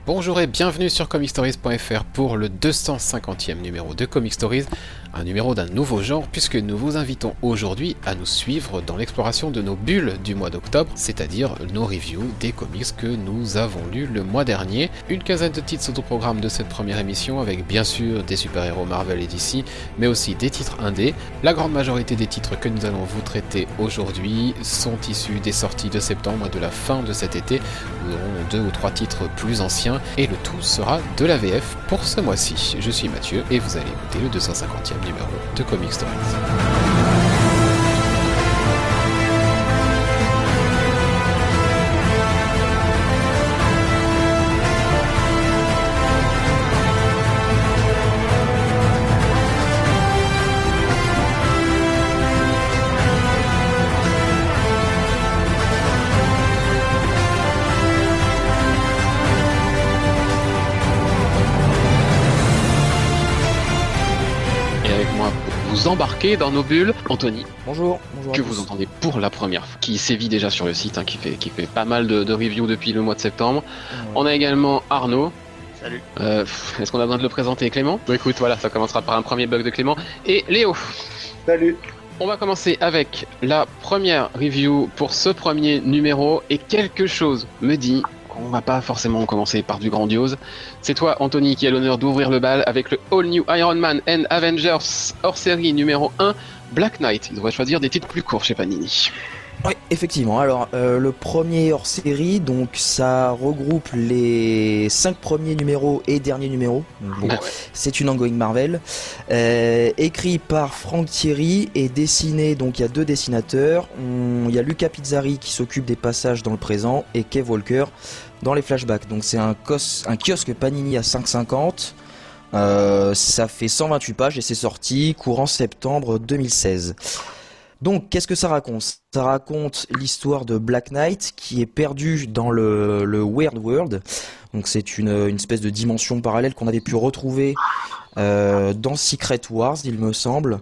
Bonjour et bienvenue sur comicstories.fr pour le 250e numéro de Comic Stories, un numéro d'un nouveau genre puisque nous vous invitons aujourd'hui à nous suivre dans l'exploration de nos bulles du mois d'octobre, c'est-à-dire nos reviews des comics que nous avons lus le mois dernier. Une quinzaine de titres sont au programme de cette première émission avec bien sûr des super-héros Marvel et DC, mais aussi des titres indés. La grande majorité des titres que nous allons vous traiter aujourd'hui sont issus des sorties de septembre et de la fin de cet été. Nous aurons 2 ou 3 titres plus anciens et le tout sera de la VF pour ce mois-ci. Je suis Mathieu et vous allez écouter le 250e numéro de Comic Stories. Embarqué dans nos bulles, Anthony. Bonjour que vous entendez pour la première fois, qui sévit déjà sur le site, qui fait pas mal de reviews depuis le mois de septembre. On a également Arnaud. Salut. Est-ce qu'on a besoin de le présenter, Clément? Bon, écoute, voilà, ça commencera par un premier bug de Clément. Et Léo. Salut. On va commencer avec la première review pour ce premier numéro, et quelque chose me dit qu'on va pas forcément commencer par du grandiose. C'est toi, Anthony, qui a l'honneur d'ouvrir le bal avec le All New Iron Man and Avengers hors série numéro 1, Black Knight. Il devrait choisir des titres plus courts chez Panini. Oui, effectivement. Alors, le premier hors série, donc ça regroupe les 5 premiers numéros et derniers numéros. Bon, c'est une ongoing Marvel. Écrit par Frank Thierry et dessiné, donc il y a 2 dessinateurs. Il y a Luca Pizzari qui s'occupe des passages dans le présent et Kev Walker dans les flashbacks. Donc c'est un kiosque Panini à 5,50. Ça fait 128 pages et c'est sorti courant septembre 2016. Donc, qu'est-ce que ça raconte? Ça raconte l'histoire de Black Knight qui est perdu dans le Weird World. Donc, c'est une espèce de dimension parallèle qu'on avait pu retrouver dans Secret Wars, il me semble,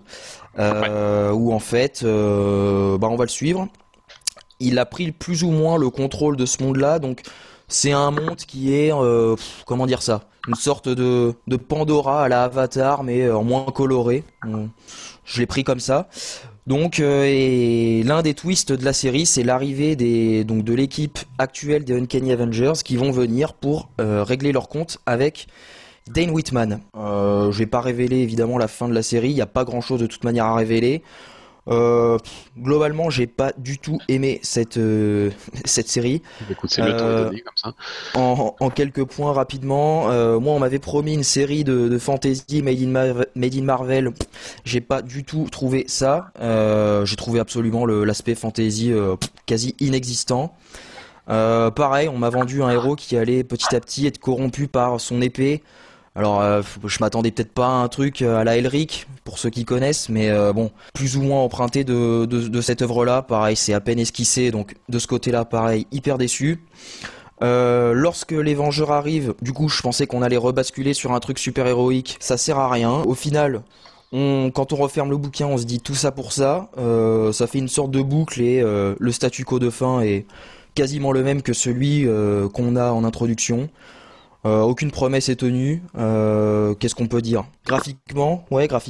où en fait, on va le suivre. Il a pris plus ou moins le contrôle de ce monde-là, donc c'est un monde qui est, comment dire ça, une sorte de Pandora à la Avatar, mais en moins coloré. Je l'ai pris comme ça. Donc, et l'un des twists de la série, c'est l'arrivée de l'équipe actuelle des Uncanny Avengers qui vont venir pour régler leur compte avec Dane Whitman. Je vais pas révéler évidemment la fin de la série, il n'y a pas grand chose de toute manière à révéler. Globalement, j'ai pas du tout aimé cette série. Écoute, c'est le temps de donner comme ça. En quelques points rapidement, moi on m'avait promis une série de fantasy made in Marvel. J'ai pas du tout trouvé ça. J'ai trouvé absolument l'aspect fantasy quasi inexistant. Pareil, on m'a vendu un héros qui allait petit à petit être corrompu par son épée. Alors, je m'attendais peut-être pas à un truc à la Elric, pour ceux qui connaissent, mais bon, plus ou moins emprunté de cette œuvre-là. Pareil, c'est à peine esquissé, donc de ce côté-là, pareil, hyper déçu. Lorsque les Vengeurs arrivent, du coup, je pensais qu'on allait rebasculer sur un truc super héroïque. Ça sert à rien. Au final, quand on referme le bouquin, on se dit tout ça pour ça. Ça fait une sorte de boucle et le statu quo de fin est quasiment le même que celui qu'on a en introduction. Aucune promesse est tenue. Qu'est-ce qu'on peut dire? Graphiquement,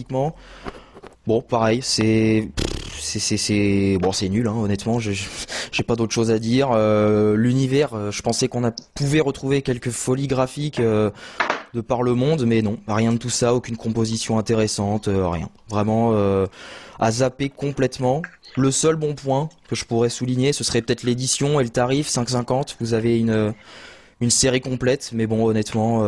bon, pareil, c'est nul, hein, honnêtement. J'ai pas d'autre chose à dire. L'univers, je pensais qu'on pouvait retrouver quelques folies graphiques de par le monde, mais non, rien de tout ça. Aucune composition intéressante, rien. Vraiment à zapper complètement. Le seul bon point que je pourrais souligner, ce serait peut-être l'édition et le tarif 5,50. Vous avez une série complète, mais bon, honnêtement,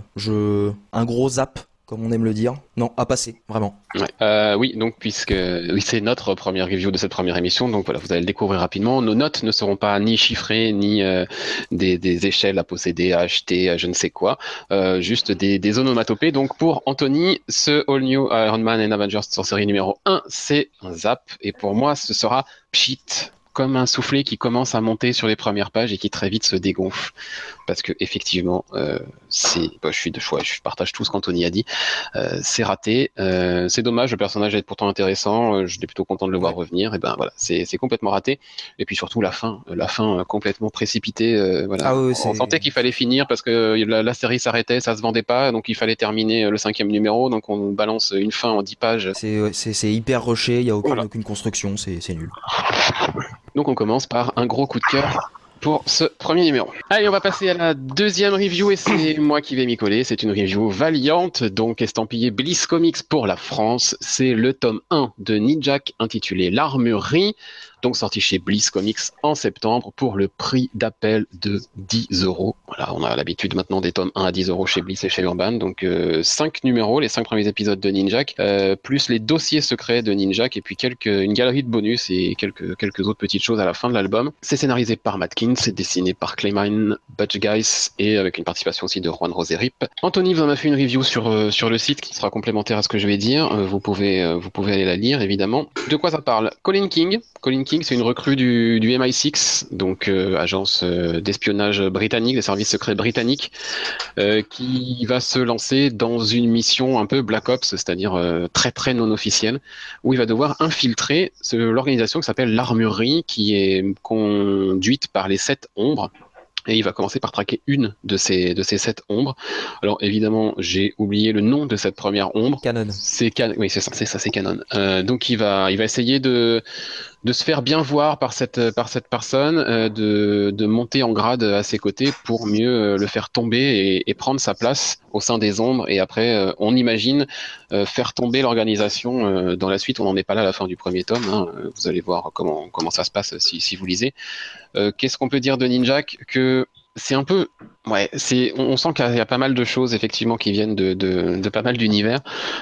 un gros zap, comme on aime le dire. Non, à passer, vraiment. Ouais. Oui, donc puisque c'est notre première review de cette première émission, donc voilà, vous allez le découvrir rapidement. Nos notes ne seront pas ni chiffrées, ni des échelles à posséder, à acheter, à je ne sais quoi, juste des onomatopées. Donc pour Anthony, ce All New Iron Man and Avengers sur série numéro 1, c'est un zap, et pour moi, ce sera pchit, comme un soufflet qui commence à monter sur les premières pages et qui très vite se dégonfle. parce que effectivement, je partage tout ce qu'Anthony a dit. C'est raté, c'est dommage. Le personnage est pourtant intéressant. J'étais plutôt content de le voir revenir. Et ben voilà, c'est complètement raté. Et puis surtout la fin complètement précipitée. Voilà, Ah oui, on sentait qu'il fallait finir parce que la série s'arrêtait, ça se vendait pas, donc il fallait terminer le 5e numéro. Donc on balance une fin en 10 pages. c'est hyper rushé, il y a Voilà. aucune construction, c'est nul. Donc on commence par un gros coup de cœur pour ce premier numéro. Allez, on va passer à la deuxième review et c'est moi qui vais m'y coller. C'est une review Valiant, donc estampillée Bliss Comics pour la France. C'est le tome 1 de Ninjak intitulé L'Armurerie, donc sorti chez Bliss Comics en septembre pour le prix d'appel de 10€. Voilà, on a l'habitude maintenant des tomes 1 à 10€ chez Bliss et chez Urban. Donc 5 numéros, les 5 premiers épisodes de Ninjak, plus les dossiers secrets de Ninjak et puis une galerie de bonus et quelques autres petites choses à la fin de l'album. C'est scénarisé par Matkins, c'est dessiné par Clayman Butchgeis et avec une participation aussi de Juan Roserip. Anthony vous en a fait une review sur le site qui sera complémentaire à ce que je vais dire. Vous pouvez aller la lire évidemment. De quoi ça parle? Colin King, c'est une recrue du MI6, donc agence d'espionnage britannique, des services secrets britanniques, qui va se lancer dans une mission un peu Black Ops, c'est-à-dire très très non officielle, où il va devoir infiltrer l'organisation qui s'appelle l'Armurerie, qui est conduite par les 7 ombres. Et il va commencer par traquer une de ces 7 ombres. Alors évidemment, j'ai oublié le nom de cette première ombre. Canon. Oui, c'est ça, c'est Canon. Donc il va essayer de se faire bien voir par cette personne, de monter en grade à ses côtés pour mieux le faire tomber et prendre sa place au sein des ombres. Et après, on imagine faire tomber l'organisation dans la suite. On n'en est pas là à la fin du premier tome. Hein. Vous allez voir comment ça se passe si vous lisez. Qu'est-ce qu'on peut dire de Ninjak? Que c'est un peu, on sent qu'il y a pas mal de choses effectivement qui viennent de pas mal d'univers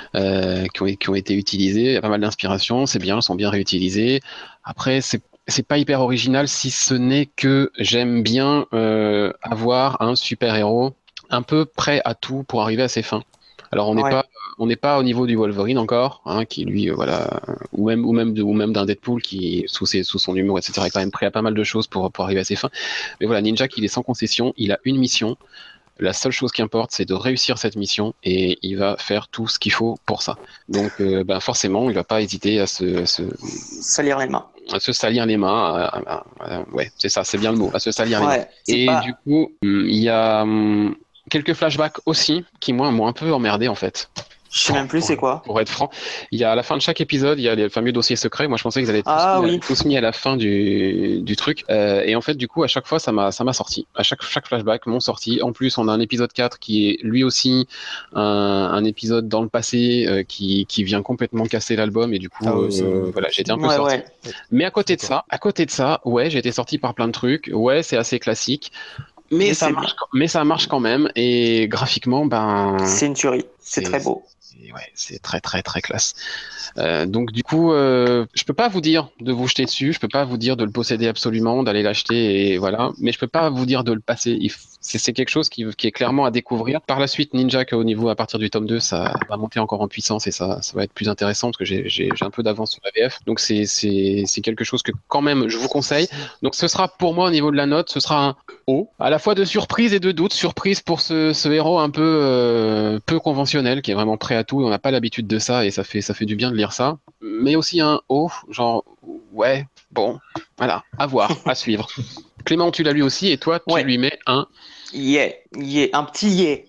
qui ont été utilisés. Il y a pas mal d'inspirations, c'est bien, elles sont bien réutilisées. Après, c'est pas hyper original, si ce n'est que j'aime bien avoir un super-héros un peu prêt à tout pour arriver à ses fins. Alors on n'est pas au niveau du Wolverine encore, hein, qui lui, voilà, ou même d'un Deadpool qui, sous son humour, etc., est quand même prêt à pas mal de choses pour arriver à ses fins. Mais voilà, Ninjak, il est sans concession, il a une mission. La seule chose qui importe, c'est de réussir cette mission et il va faire tout ce qu'il faut pour ça. Donc, forcément, il va pas hésiter à se salir les mains. À se salir les mains. Ouais, c'est ça, c'est bien le mot, à se salir les mains. Et du coup, il y a quelques flashbacks aussi qui, moi, m'ont un peu emmerdé en fait. Je sais même plus c'est quoi. Pour être franc, il y a à la fin de chaque épisode, il y a les fameux dossiers secrets. Moi, je pensais qu'ils allaient être tous mis à la fin du truc. Et en fait, du coup, à chaque fois, ça m'a sorti. À chaque flashback m'ont sorti. En plus, on a un épisode 4 qui est lui aussi un épisode dans le passé qui vient complètement casser l'album. Et du coup, voilà, j'ai été un peu sorti. Ouais. Mais à côté de ça, ouais, j'ai été sorti par plein de trucs. Ouais, c'est assez classique. Mais ça marche quand même. Et graphiquement, c'est une tuerie. C'est très beau. Ouais, c'est très très très classe. Donc du coup, je peux pas vous dire de vous jeter dessus, je peux pas vous dire de le posséder absolument, d'aller l'acheter et voilà, mais je peux pas vous dire de le passer. C'est quelque chose qui est clairement à découvrir. Par la suite, Ninjak au niveau à partir du tome 2, ça va monter encore en puissance et ça va être plus intéressant parce que j'ai un peu d'avance sur la VF. Donc c'est quelque chose que quand même je vous conseille. Donc ce sera pour moi au niveau de la note, ce sera un haut, à la fois de surprise et de doute. Surprise pour ce héros un peu conventionnel qui est vraiment prêt à tout. On n'a pas l'habitude de ça et ça fait du bien de lire ça. Mais aussi un haut, genre ouais, bon, voilà, à voir, à suivre. Clément, tu l'as lu aussi et toi tu lui mets un un petit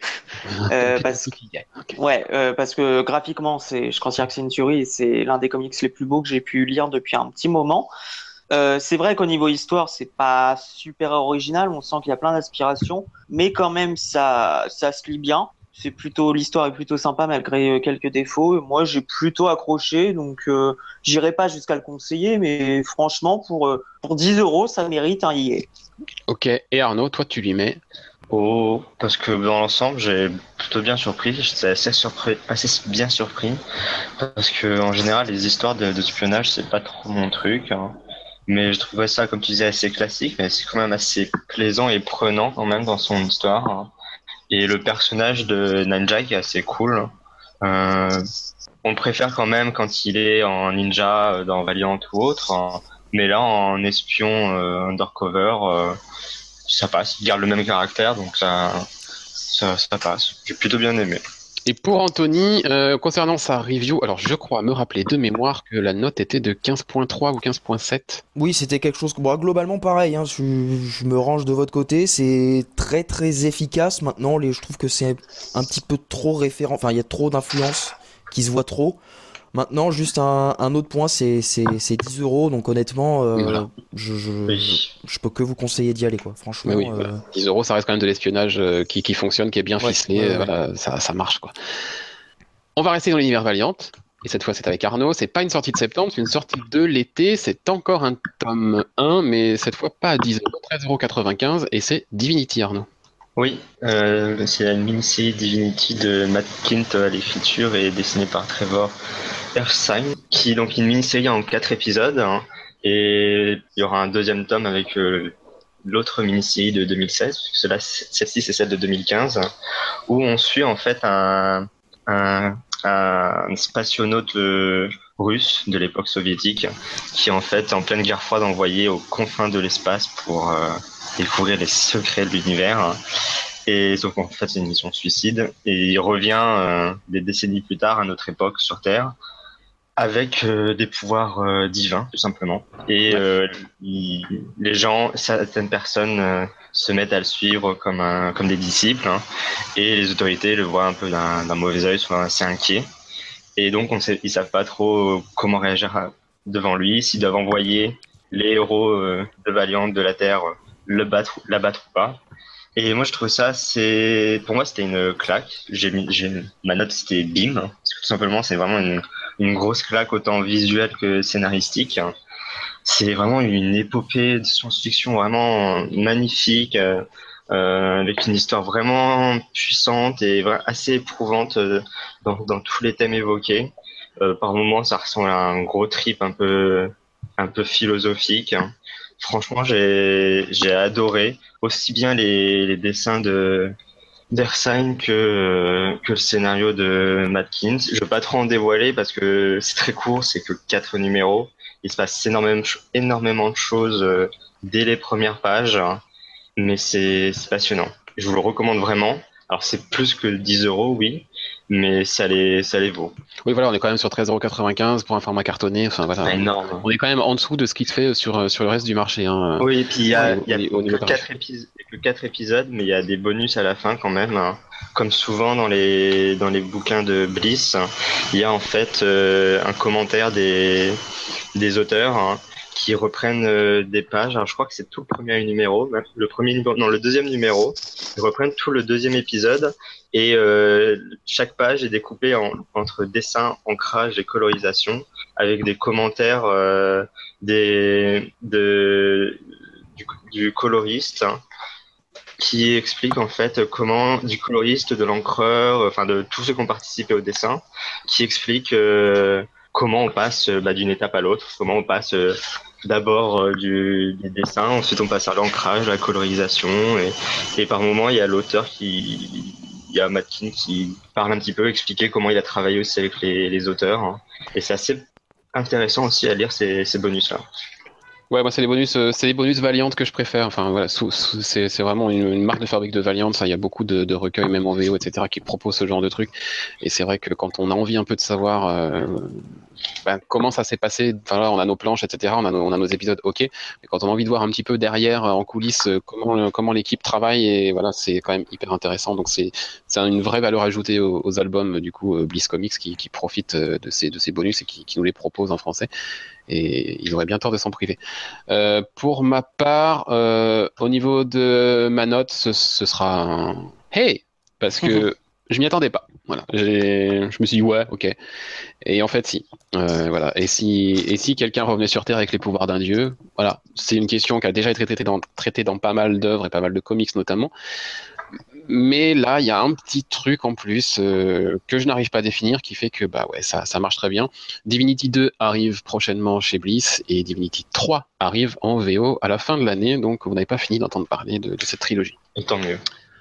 parce que graphiquement je considère que c'est une tuerie et c'est l'un des comics les plus beaux que j'ai pu lire depuis un petit moment. C'est vrai qu'au niveau histoire, c'est pas super original, on sent qu'il y a plein d'aspirations, mais quand même ça se lit bien. L'histoire est plutôt sympa malgré quelques défauts. Moi, j'ai plutôt accroché, donc j'irai pas jusqu'à le conseiller, mais franchement, pour 10€, ça mérite un yé. Ok, et Arnaud, toi, tu lui mets? Oh, parce que dans l'ensemble, j'ai plutôt bien surpris. J'étais assez bien surpris, parce que en général, les histoires de espionnage, c'est pas trop mon truc. Hein. Mais je trouvais ça, comme tu disais, assez classique, mais c'est quand même assez plaisant et prenant quand même dans son histoire. Hein. Et le personnage de Ninjak est assez cool. On préfère quand même quand il est en ninja dans Valiant ou autre. Hein. Mais là, en espion undercover, ça passe. Il garde le même caractère, donc ça passe. J'ai plutôt bien aimé. Et pour Anthony, concernant sa review, alors je crois me rappeler de mémoire que la note était de 15.3 ou 15.7. Oui, c'était quelque chose. Bon, globalement pareil. Hein, je me range de votre côté. C'est très très efficace. Maintenant, je trouve que c'est un petit peu trop référent. Enfin, il y a trop d'influence qui se voit trop. Maintenant, juste un autre point, c'est 10 €. Donc honnêtement, Voilà. je peux que vous conseiller d'y aller, quoi. Franchement. Mais oui, voilà. 10 €, ça reste quand même de l'espionnage qui fonctionne, qui est bien Ouais, ficelé. ouais, ouais. Voilà, ça marche, quoi. On va rester dans l'univers Valiant. Et cette fois, c'est avec Arnaud. C'est pas une sortie de septembre, c'est une sortie de l'été. C'est encore un tome 1, mais cette fois pas à 10 €, 13,95 €. Et c'est Divinity, Arnaud. Oui, c'est la mini-série Divinity de Matt Kindt à l'écriture et dessinée par Trevor Erskine, qui est donc une mini-série en 4 épisodes, hein, et il y aura un deuxième tome avec l'autre mini-série de 2016, parce que celle-ci c'est celle de 2015, où on suit en fait un spationaute russe de l'époque soviétique qui est en fait en pleine guerre froide envoyé aux confins de l'espace pour découvrir les secrets de l'univers. Et sauf qu'en fait c'est une mission suicide et il revient des décennies plus tard à notre époque sur Terre avec des pouvoirs divins tout simplement. Et les gens, certaines personnes se mettent à le suivre comme des disciples, hein, et les autorités le voient un peu d'un mauvais œil, sont assez inquiets. Et donc ils savent pas trop comment réagir devant lui, s'ils doivent envoyer les héros de Valiant de la Terre la battre ou pas. Et moi je trouve ça, pour moi c'était une claque. Ma note c'était bim, parce que tout simplement c'est vraiment une grosse claque autant visuelle que scénaristique. C'est vraiment une épopée de science-fiction vraiment magnifique, avec une histoire vraiment puissante et assez éprouvante dans tous les thèmes évoqués. Par moments, ça ressemble à un gros trip un peu philosophique. Franchement, j'ai adoré aussi bien les dessins d'Erskine que le scénario de Matt Kindt. Je veux pas trop en dévoiler parce que c'est très court, c'est que 4 numéros. Il se passe énormément de choses dès les premières pages, hein, mais c'est passionnant. Je vous le recommande vraiment. Alors c'est plus que 10 €, oui, mais ça les vaut. Oui, voilà, on est quand même sur 13,95 € pour un format cartonné. Enfin, voilà, C'est énorme. on est quand même en dessous de ce qui se fait sur le reste du marché, hein. Oui, et puis il y a Au niveau que tarif. que 4 épisodes, mais il y a des bonus à la fin quand même, hein. Comme souvent dans les bouquins de Bliss, il y a en fait un commentaire des auteurs, hein, qui reprennent des pages. Alors je crois que c'est tout le premier numéro, même le deuxième numéro. Ils reprennent tout le deuxième épisode et chaque page est découpée entre dessin, ancrage et colorisation avec des commentaires du coloriste, hein, qui explique en fait comment, du coloriste, de l'encreur, enfin de tous ceux qui ont participé au dessin, qui explique comment on passe d'une étape à l'autre, comment on passe d'abord des dessins, ensuite on passe à l'ancrage, à la colorisation, et par moments il y a il y a Matt Kindt qui parle un petit peu, expliquer comment il a travaillé aussi avec les auteurs, hein. Et c'est assez intéressant aussi à lire ces bonus-là. Ouais, moi c'est les bonus Valiant que je préfère. Enfin voilà, c'est vraiment une marque de fabrique de Valiant. Ça, il y a beaucoup de recueils, même en VO, etc., qui proposent ce genre de trucs. Et c'est vrai que quand on a envie un peu de savoir comment ça s'est passé, enfin là, on a nos planches, etc., on a nos épisodes, ok. Mais quand on a envie de voir un petit peu derrière, en coulisses, comment l'équipe travaille, et voilà, c'est quand même hyper intéressant. Donc c'est une vraie valeur ajoutée aux albums du coup Bliss Comics qui profitent de ces bonus et qui nous les proposent en français. Et ils auraient bien tort de s'en priver. Pour ma part, au niveau de ma note, ce sera un hey, parce que je m'y attendais pas. Voilà, je me suis dit ouais, ok. Et en fait, si. Voilà. Et si quelqu'un revenait sur Terre avec les pouvoirs d'un dieu, voilà, c'est une question qui a déjà été traitée dans pas mal d'œuvres et pas mal de comics notamment. Mais là, il y a un petit truc en plus que je n'arrive pas à définir qui fait que bah ouais, ça marche très bien. Divinity 2 arrive prochainement chez Bliss et Divinity 3 arrive en VO à la fin de l'année, donc vous n'avez pas fini d'entendre parler de cette trilogie. Et tant mieux.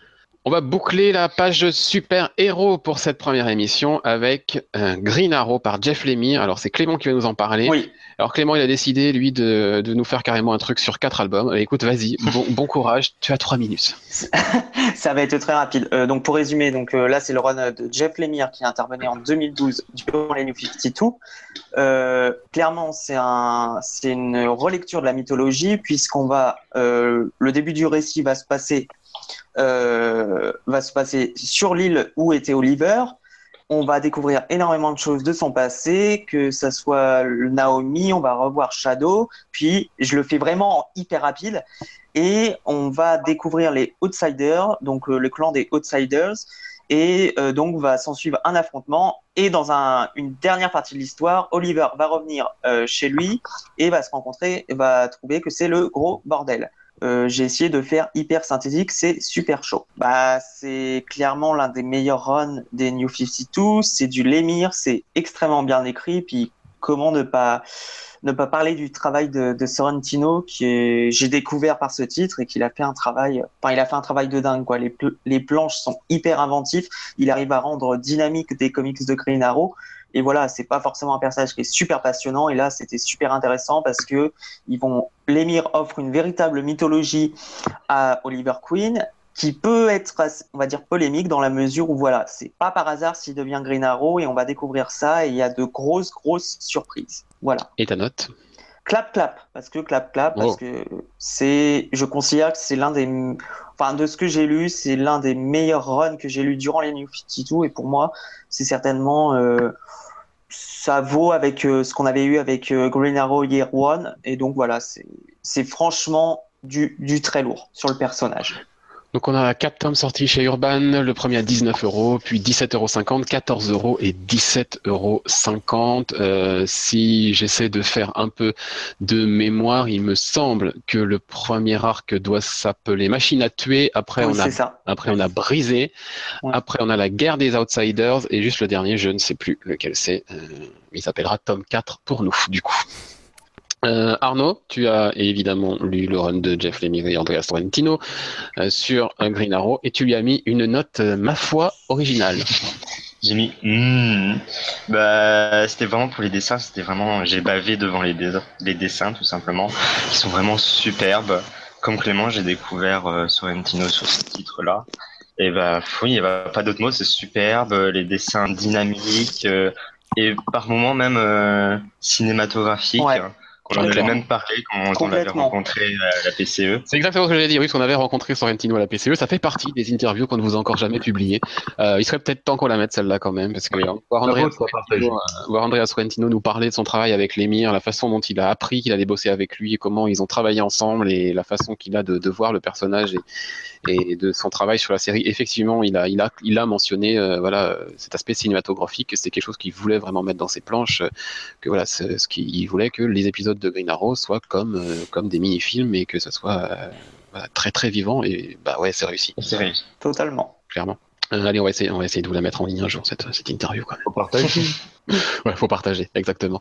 On va boucler la page super-héros pour cette première émission avec Green Arrow par Jeff Lemire. Alors c'est Clément qui va nous en parler. Oui. Alors Clément, il a décidé, lui, de nous faire carrément un truc sur 4 albums. Écoute, vas-y, bon courage, tu as 3 minutes. Ça va être très rapide. Donc pour résumer, là c'est le run de Jeff Lemire qui est intervenu en 2012 durant les New 52. Clairement, c'est une relecture de la mythologie puisqu'on va le début du récit va se passer sur l'île où était Oliver. On va découvrir énormément de choses de son passé, que ça soit Naomi, on va revoir Shadow, puis je le fais vraiment hyper rapide, et on va découvrir les Outsiders, donc le clan des Outsiders, et donc va s'en suivre un affrontement, et dans une dernière partie de l'histoire, Oliver va revenir chez lui, et va trouver que c'est le gros bordel. J'ai essayé de faire hyper synthétique, c'est super chaud. C'est clairement l'un des meilleurs runs des New 52, c'est du Lemire, c'est extrêmement bien écrit, puis comment ne pas parler du travail de Sorrentino j'ai découvert par ce titre et il a fait un travail de dingue, quoi. Les planches sont hyper inventifs, il arrive à rendre dynamique des comics de Green Arrow. Et voilà, c'est pas forcément un personnage qui est super passionnant. Et là, c'était super intéressant parce que Lemire offre une véritable mythologie à Oliver Queen qui peut être, on va dire, polémique dans la mesure où voilà, c'est pas par hasard s'il devient Green Arrow et on va découvrir ça et il y a de grosses surprises. Voilà. Et ta note? Clap, parce que je considère que c'est de ce que j'ai lu, c'est l'un des meilleurs runs que j'ai lu durant les New 52 et pour moi, c'est certainement, ça vaut avec ce qu'on avait eu avec Green Arrow Year One et donc voilà, c'est franchement du très lourd sur le personnage. Donc on a 4 tomes sortis chez Urban, le premier à 19€, puis 17,50€, 14€ et 17,50€. Si j'essaie de faire un peu de mémoire, il me semble que le premier arc doit s'appeler Machine à tuer, après on a Brisé, ouais. Après on a la guerre des Outsiders, et juste le dernier, je ne sais plus lequel c'est, il s'appellera tome 4 pour nous, du coup. Arnaud, tu as évidemment lu le run de Jeff Lemire et Andrea Sorrentino sur Green Arrow et tu lui as mis une note, ma foi, originale. J'ai mis c'était vraiment pour les dessins, j'ai bavé devant les dessins tout simplement, qui sont vraiment superbes. Comme Clément, j'ai découvert Sorrentino sur ce titre-là. Et oui, il n'y a pas d'autre mot, c'est superbe, les dessins dynamiques et par moments même cinématographiques. Ouais. On en avait même parlé quand on avait rencontré la PCE. C'est exactement ce que j'allais dire, oui, parce qu'on avait rencontré Sorrentino à la PCE. Ça fait partie des interviews qu'on ne vous a encore jamais publiées. Il serait peut-être temps qu'on la mette celle-là quand même, parce que voir Andrea Sorrentino nous parler de son travail avec Lemire, la façon dont il a appris qu'il allait bosser avec lui et comment ils ont travaillé ensemble et la façon qu'il a de voir le personnage et de son travail sur la série. Effectivement, il a mentionné cet aspect cinématographique. C'était quelque chose qu'il voulait vraiment mettre dans ses planches. Que voilà, ce qu'il voulait que les épisodes de Green Arrow soient comme des mini-films et que ça soit très très vivant. Et c'est réussi. C'est réussi. Totalement. Clairement. Allez, on va essayer de vous la mettre en ligne un jour, cette interview quand même. Faut partager. Ouais, faut partager, exactement.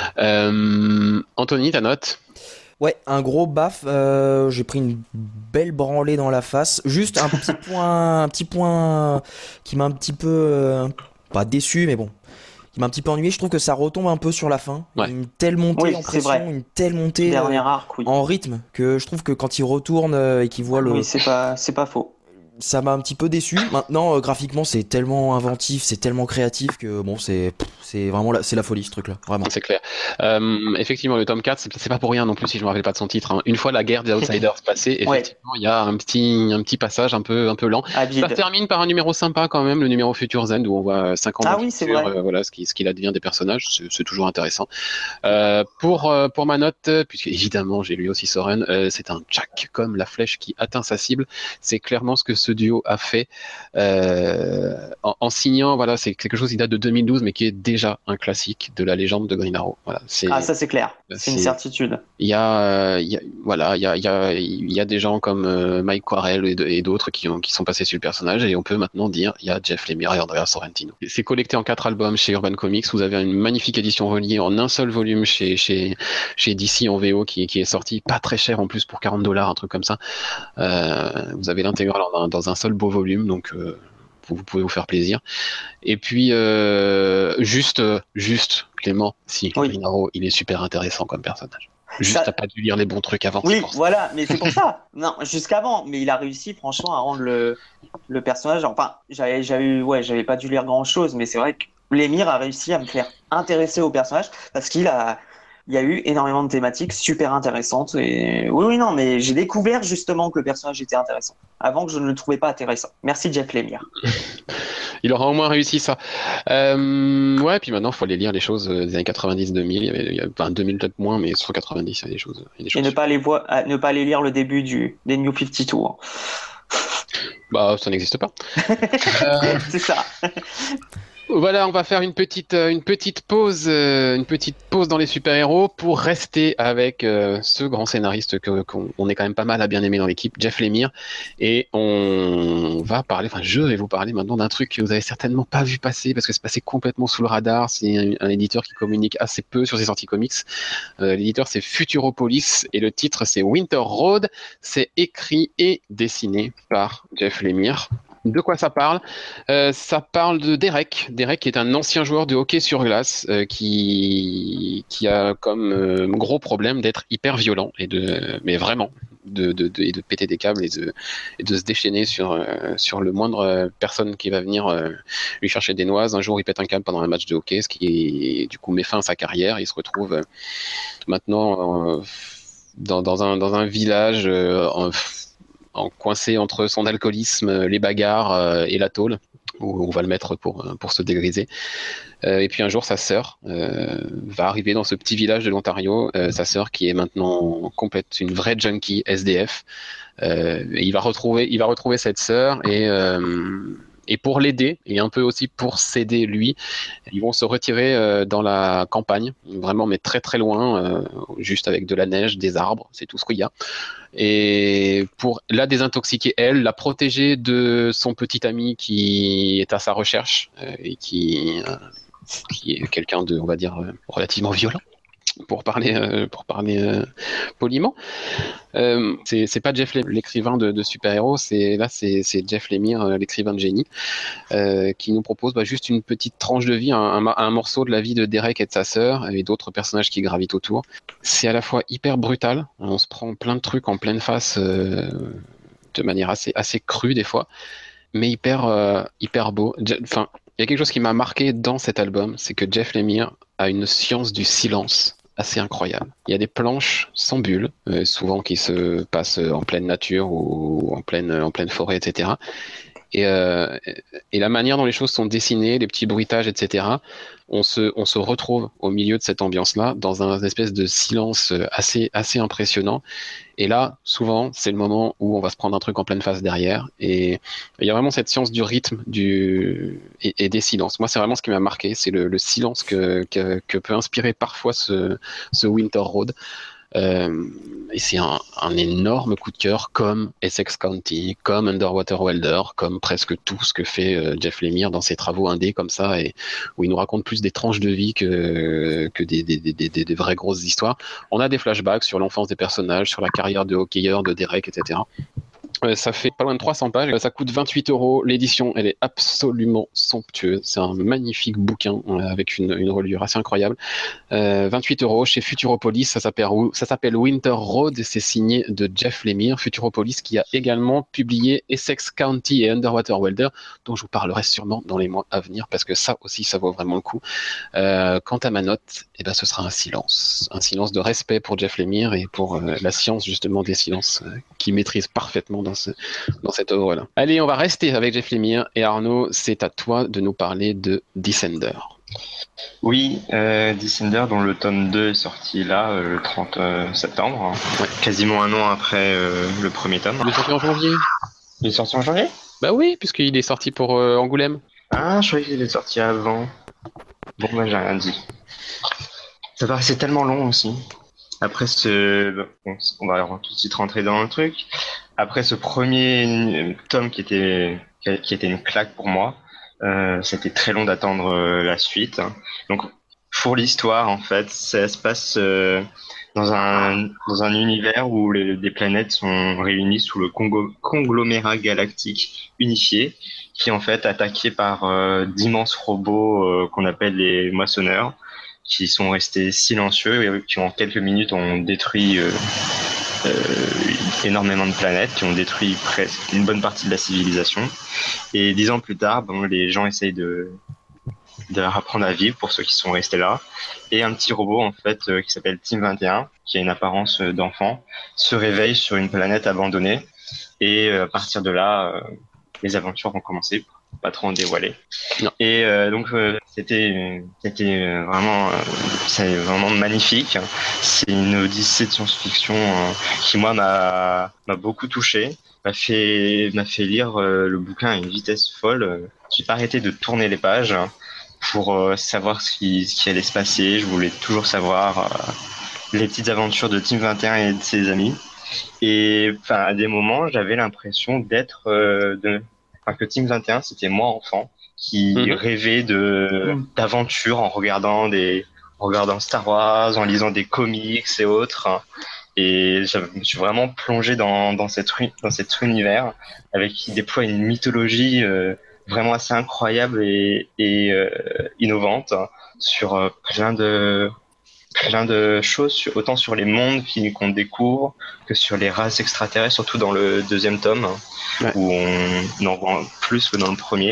Anthony, ta note? Ouais, un gros baf, j'ai pris une belle branlée dans la face. Juste un petit point qui m'a un petit peu, pas déçu, mais bon, qui m'a un petit peu ennuyé. Je trouve que ça retombe un peu sur la fin. Ouais. Une telle montée en pression, une telle montée en rythme, que je trouve que quand il retourne et qu'il voit le... Oui, c'est pas faux. Ça m'a un petit peu déçu. Maintenant, graphiquement, c'est tellement inventif, c'est tellement créatif que bon, c'est vraiment c'est la folie ce truc-là, vraiment. C'est clair. Effectivement, le tome 4, c'est pas pour rien non plus si je me rappelle pas de son titre. Hein. Une fois la guerre des Outsiders passée, effectivement, il y a un petit passage un peu lent. Ça se termine par un numéro sympa quand même, le numéro Future End où on voit 5 ans de futur, ce qu'il advient des personnages, c'est toujours intéressant. Pour ma note, puisque évidemment j'ai lu aussi Soren, c'est un jack comme la flèche qui atteint sa cible. C'est clairement ce que ce duo a fait en signant, c'est quelque chose qui date de 2012 mais qui est déjà un classique de la légende de Green Arrow. Voilà, ça c'est clair, c'est une certitude. Il y a des gens comme Mike Quarel et d'autres qui sont passés sur le personnage et on peut maintenant dire il y a Jeff Lemire et Andrea Sorrentino. C'est collecté en 4 albums chez Urban Comics. Vous avez une magnifique édition reliée en un seul volume chez DC en VO qui est sorti pas très cher en plus pour $40, un truc comme ça. Vous avez l'intégrale dans dans un seul beau volume, donc vous pouvez vous faire plaisir. Et puis juste Clément, si Oui. Green Arrow, il est super intéressant comme personnage. Juste Ça- t'as pas dû lire les bons trucs avant. c'est Oui, pour ça. voilà, mais c'est pour ça. Non, jusqu'avant, mais il a réussi franchement à rendre le personnage. Enfin, j'avais pas dû lire grand-chose, mais c'est vrai que Lemire a réussi à me faire intéresser au personnage parce il y a eu énormément de thématiques super intéressantes. Et oui, non, mais j'ai découvert justement que le personnage était intéressant avant que je ne le trouvais pas intéressant. Merci Jeff Lemire. Il aura au moins réussi ça. Ouais, puis maintenant, il faut aller lire les choses des années 90-2000. Enfin, 2000 peut-être moins, mais sur 90, il y a des choses. Et ne pas ne pas aller lire le début des New 52. Hein. Bah, ça n'existe pas. Euh, C'est ça. Voilà, on va faire une petite pause dans les super-héros pour rester avec ce grand scénariste qu'on est quand même pas mal à bien aimer dans l'équipe, Jeff Lemire, et je vais vous parler maintenant d'un truc que vous avez certainement pas vu passer parce que c'est passé complètement sous le radar. C'est un éditeur qui communique assez peu sur ses sorties comics. L'éditeur c'est Futuropolis et le titre c'est Winter Road. C'est écrit et dessiné par Jeff Lemire. De quoi ça parle? Ça parle de Derek. Derek est un ancien joueur de hockey sur glace qui a comme gros problème d'être hyper violent mais vraiment et de péter des câbles et de se déchaîner sur le moindre personne qui va venir lui chercher des noises. Un jour, il pète un câble pendant un match de hockey, ce qui du coup met fin à sa carrière. Il se retrouve maintenant dans un village coincé entre son alcoolisme, les bagarres et la tôle, où on va le mettre pour se dégriser. Et puis un jour, sa sœur va arriver dans ce petit village de l'Ontario, sa sœur qui est maintenant une vraie junkie SDF. Et il va retrouver cette sœur et pour l'aider, et un peu aussi pour s'aider lui, ils vont se retirer dans la campagne, vraiment mais très très loin, juste avec de la neige, des arbres, c'est tout ce qu'il y a. Et pour la désintoxiquer elle, la protéger de son petit ami qui est à sa recherche et qui est quelqu'un de, on va dire, relativement violent. Pour parler poliment. C'est pas Jeff Lemire, l'écrivain de super-héros, c'est Jeff Lemire, l'écrivain de génie, qui nous propose juste une petite tranche de vie, un morceau de la vie de Derek et de sa sœur, et d'autres personnages qui gravitent autour. C'est à la fois hyper brutal, on se prend plein de trucs en pleine face de manière assez crue des fois, mais hyper beau. Enfin, il y a quelque chose qui m'a marqué dans cet album, c'est que Jeff Lemire a une science du silence assez incroyable. Il y a des planches sans bulles, souvent qui se passent en pleine nature ou en pleine forêt, etc. Et la manière dont les choses sont dessinées, les petits bruitages, etc., on se retrouve au milieu de cette ambiance-là, dans un espèce de silence assez impressionnant. Et là, souvent, c'est le moment où on va se prendre un truc en pleine face derrière. Et il y a vraiment cette science du rythme et des silences. Moi, c'est vraiment ce qui m'a marqué, c'est le silence que peut inspirer parfois ce Winter Road. Et c'est un énorme coup de cœur, comme Essex County, comme Underwater Welder, comme presque tout ce que fait Jeff Lemire dans ses travaux indés comme ça, et où il nous raconte plus des tranches de vie que des vraies grosses histoires. On a des flashbacks sur l'enfance des personnages, sur la carrière de hockeyeur de Derek, etc. Ça fait pas loin de 300 pages, ça coûte 28 €. L'édition, elle est absolument somptueuse. C'est un magnifique bouquin avec une reliure assez incroyable. 28 € chez Futuropolis, ça s'appelle Winter Road et c'est signé de Jeff Lemire. Futuropolis qui a également publié Essex County et Underwater Welder, dont je vous parlerai sûrement dans les mois à venir parce que ça aussi, ça vaut vraiment le coup. Quant à ma note, ce sera un silence de respect pour Jeff Lemire et pour la science justement des silences qu'il maîtrise parfaitement dans cette œuvre-là. Allez, on va rester avec Jeff Lemire et Arnaud, c'est à toi de nous parler de Descender. Oui, Descender dont le tome 2 est sorti là, le 30 septembre, Ouais. Quasiment un an après le premier tome. Il est sorti en janvier. Il est sorti en janvier? Bah oui, puisqu'il est sorti pour Angoulême. Ah, je croyais qu'il est sorti avant. Bon, moi j'ai rien dit. Ça paraissait tellement long aussi. Après on va alors tout de suite rentrer dans le truc. Après ce premier tome qui était une claque pour moi, c'était très long d'attendre la suite. Donc pour l'histoire en fait, ça se passe dans dans un univers où des planètes sont réunies sous le conglomérat galactique unifié, qui est en fait attaqué par d'immenses robots qu'on appelle les moissonneurs, qui sont restés silencieux et qui en quelques minutes ont détruit euh, énormément de planètes, qui ont détruit presque une bonne partie de la civilisation. Et 10 ans plus tard, bon, les gens essayent de leur apprendre à vivre pour ceux qui sont restés là. Et un petit robot en fait qui s'appelle Team 21, qui a une apparence d'enfant, se réveille sur une planète abandonnée. Et à partir de là, les aventures vont commencer. Pas trop en dévoiler. Non. Et donc c'était vraiment c'est vraiment magnifique. C'est une odyssée de science-fiction qui moi m'a beaucoup touché, m'a fait lire le bouquin à une vitesse folle. J'ai pas arrêté de tourner les pages pour savoir ce qui allait se passer. Je voulais toujours savoir les petites aventures de Team 21 et de ses amis. Et enfin à des moments, j'avais l'impression d'être que Team 21, c'était moi enfant qui rêvait d'aventures en regardant Star Wars, en lisant des comics et autres. Et je me suis vraiment plongé dans cet univers qui déploie une mythologie vraiment assez incroyable et innovante sur plein de choses, autant sur les mondes qu'on découvre que sur les races extraterrestres, surtout dans le deuxième tome, où on en voit plus que dans le premier.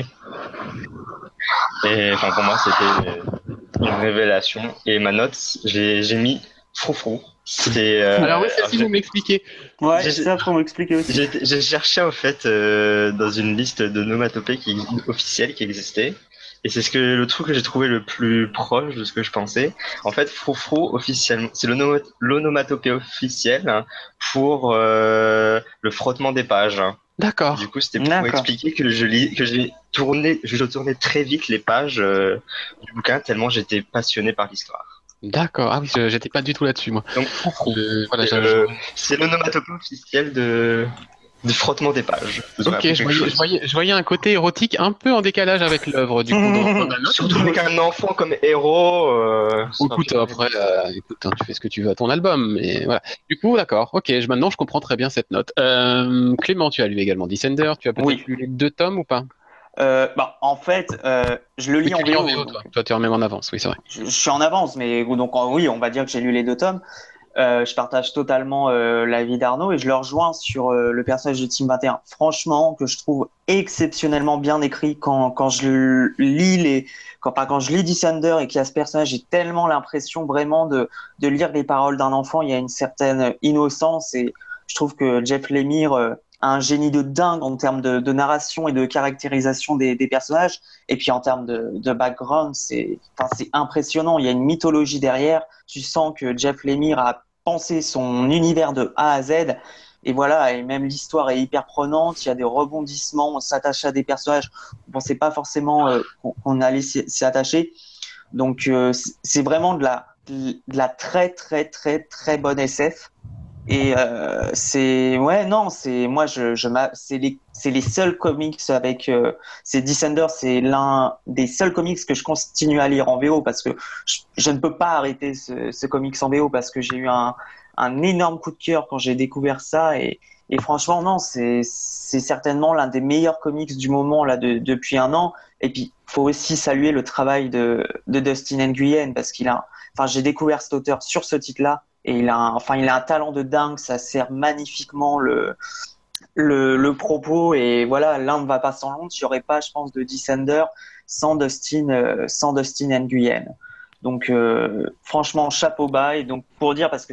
Et enfin, pour moi, c'était une révélation. Et ma note, j'ai mis froufrou. Alors oui, c'est si vous m'expliquez. Ouais, c'est ça pour m'expliquer aussi. J'ai cherché en fait dans une liste de nomatopées officielles qui existait. Et c'est le truc que j'ai trouvé le plus proche de ce que je pensais. En fait, froufrou, officiellement, c'est l'onomatopée officielle pour le frottement des pages. D'accord. Du coup, c'était pour expliquer que je tournais très vite les pages du bouquin tellement j'étais passionné par l'histoire. D'accord. Ah oui, j'étais pas du tout là-dessus, moi. Donc, voilà, c'est l'onomatopée officielle du frottement des pages. Ok, je voyais un côté érotique un peu en décalage avec l'œuvre, du coup. Dans la note. Surtout avec un enfant comme héros. Écoute, après, tu fais ce que tu veux à ton album, mais voilà. Du coup, d'accord. Ok, maintenant je comprends très bien cette note. Clément, tu as lu également Descender. Tu as peut-être lu les 2 tomes ou pas? En fait, je le lis en VO. Toi, tu es même en avance, oui, c'est vrai. Je suis en avance, mais donc oui, on va dire que j'ai lu les 2 tomes. Je partage totalement l'avis d'Arnaud et je le rejoins sur le personnage de Team 21. Franchement, que je trouve exceptionnellement bien écrit quand je lis quand je lis Descender et qu'il y a ce personnage, j'ai tellement l'impression vraiment de lire les paroles d'un enfant. Il y a une certaine innocence et je trouve que Jeff Lemire a un génie de dingue en termes de narration et de caractérisation des personnages. Et puis en termes de background, c'est impressionnant. Il y a une mythologie derrière. Tu sens que Jeff Lemire a pensé son univers de A à Z. Et voilà, et même l'histoire est hyper prenante. Il y a des rebondissements. On s'attache à des personnages. On pensait pas forcément qu'on allait s'y attacher. Donc c'est vraiment de la très très très très bonne SF. Et c'est les seuls comics avec c'est Descender, c'est l'un des seuls comics que je continue à lire en VO parce que je ne peux pas arrêter ce comics en VO parce que j'ai eu un énorme coup de cœur quand j'ai découvert ça et franchement non, c'est certainement l'un des meilleurs comics du moment là depuis un an. Et puis faut aussi saluer le travail de Dustin Nguyen parce j'ai découvert cet auteur sur ce titre-là. Et il a un talent de dingue, ça sert magnifiquement le propos. Et voilà, l'un ne va pas sans l'autre. Il n'y aurait pas, je pense, de Descender sans Dustin Nguyen. Donc, franchement, chapeau bas. Et donc, pour dire, parce que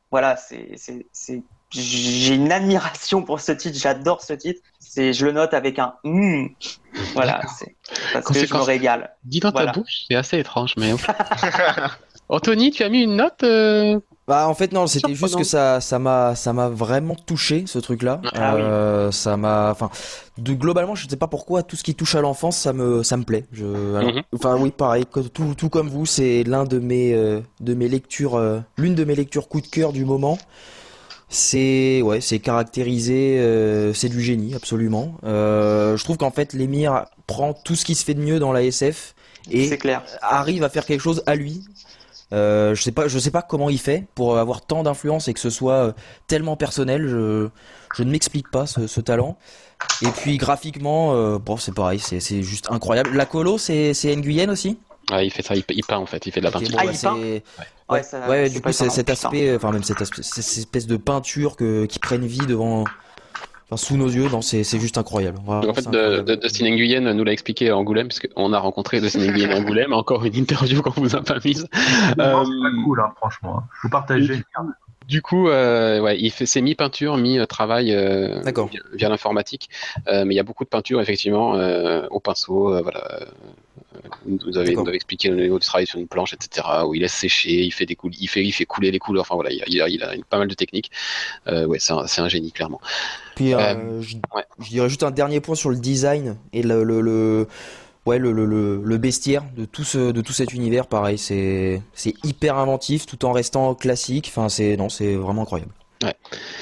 j'ai une admiration pour ce titre, j'adore ce titre. Je le note avec un voilà, c'est parce que je me régale. Dit dans ta bouche, c'est assez étrange, mais. Anthony, tu as mis une note En fait non, c'était juste que ça m'a vraiment touché ce truc-là. Ça m'a, globalement, je sais pas pourquoi tout ce qui touche à l'enfance, ça me plaît. Oui, pareil, tout comme vous, c'est l'une de mes lectures coup de cœur du moment. C'est caractérisé, c'est du génie absolument. Je trouve qu'en fait Lemire prend tout ce qui se fait de mieux dans la SF et arrive à faire quelque chose à lui. Je sais pas comment il fait pour avoir tant d'influence et que ce soit tellement personnel. Je ne m'explique pas ce talent. Et puis graphiquement, bon, c'est pareil, c'est juste incroyable. La colo, c'est Nguyen aussi? Ouais, il fait ça, il peint en fait, il fait de la Ok, peinture. bon, bah, il peint? c'est Ouais, ça, ouais, c'est du pas coup, c'est étonnant, cet putain. aspect, enfin même cet aspect, cette espèce de peinture qui prennent vie devant, enfin, sous nos yeux. Non, c'est juste incroyable. Donc en Vraiment, fait, c'est incroyable. Dustin Nguyen nous l'a expliqué à Angoulême, puisqu'on a rencontré Dustin Nguyen à Angoulême, encore une interview qu'on vous a pas mise. Non, Euh, c'est pas cool, hein, franchement. Faut et partager. du coup, ouais, c'est mi-peinture, mi-travail D'accord. via l'informatique, mais il y a beaucoup de peinture effectivement au pinceau, voilà. Vous D'accord. avez expliqué au niveau du travail sur une planche, etc., où il laisse sécher, il fait il fait couler les couleurs. Enfin voilà, il a pas mal de techniques. Ouais, c'est un génie clairement. Puis Euh, ouais. je dirais juste un dernier point sur le design et ouais, le bestiaire de tout cet univers. Pareil, c'est hyper inventif tout en restant classique. Enfin, non, c'est vraiment incroyable. Ouais.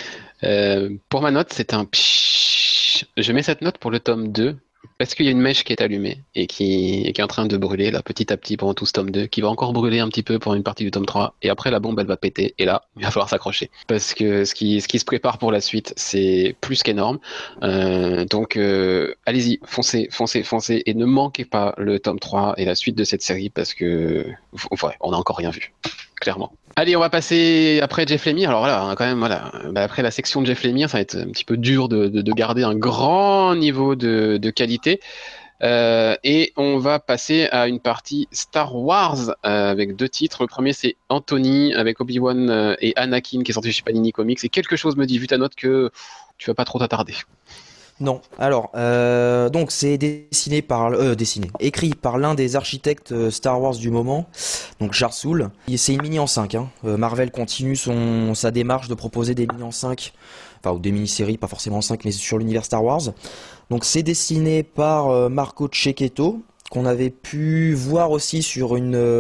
Pour ma note, c'est un pshhh. Je mets cette note pour le tome 2 parce qu'il y a une mèche qui est allumée et et qui est en train de brûler là petit à petit pendant tout ce tome 2, qui va encore brûler un petit peu pour une partie du tome 3 et après la bombe elle va péter et là il va falloir s'accrocher parce que ce qui se prépare pour la suite c'est plus qu'énorme. Donc allez-y, foncez et ne manquez pas le tome 3 et la suite de cette série parce que ouais, on n'a encore rien vu, clairement. Allez, on va passer après Jeff Lemire. Alors voilà, hein, quand même, voilà. Bah, après la section de Jeff Lemire, ça va être un petit peu dur de garder un grand niveau de qualité. Et on va passer à une partie Star Wars avec deux titres. Le premier, c'est Anthony avec Obi-Wan et Anakin qui est sorti chez Panini Comics. Et quelque chose me dit, vu ta note, que tu vas pas trop t'attarder. Non. Alors, donc c'est écrit par l'un des architectes Star Wars du moment, donc Charles Soule. C'est une mini en 5. Hein. Marvel continue sa démarche de proposer des mini en 5, enfin ou des mini-séries, pas forcément en 5, mais sur l'univers Star Wars. Donc c'est dessiné par Marco Cecchetto, qu'on avait pu voir aussi sur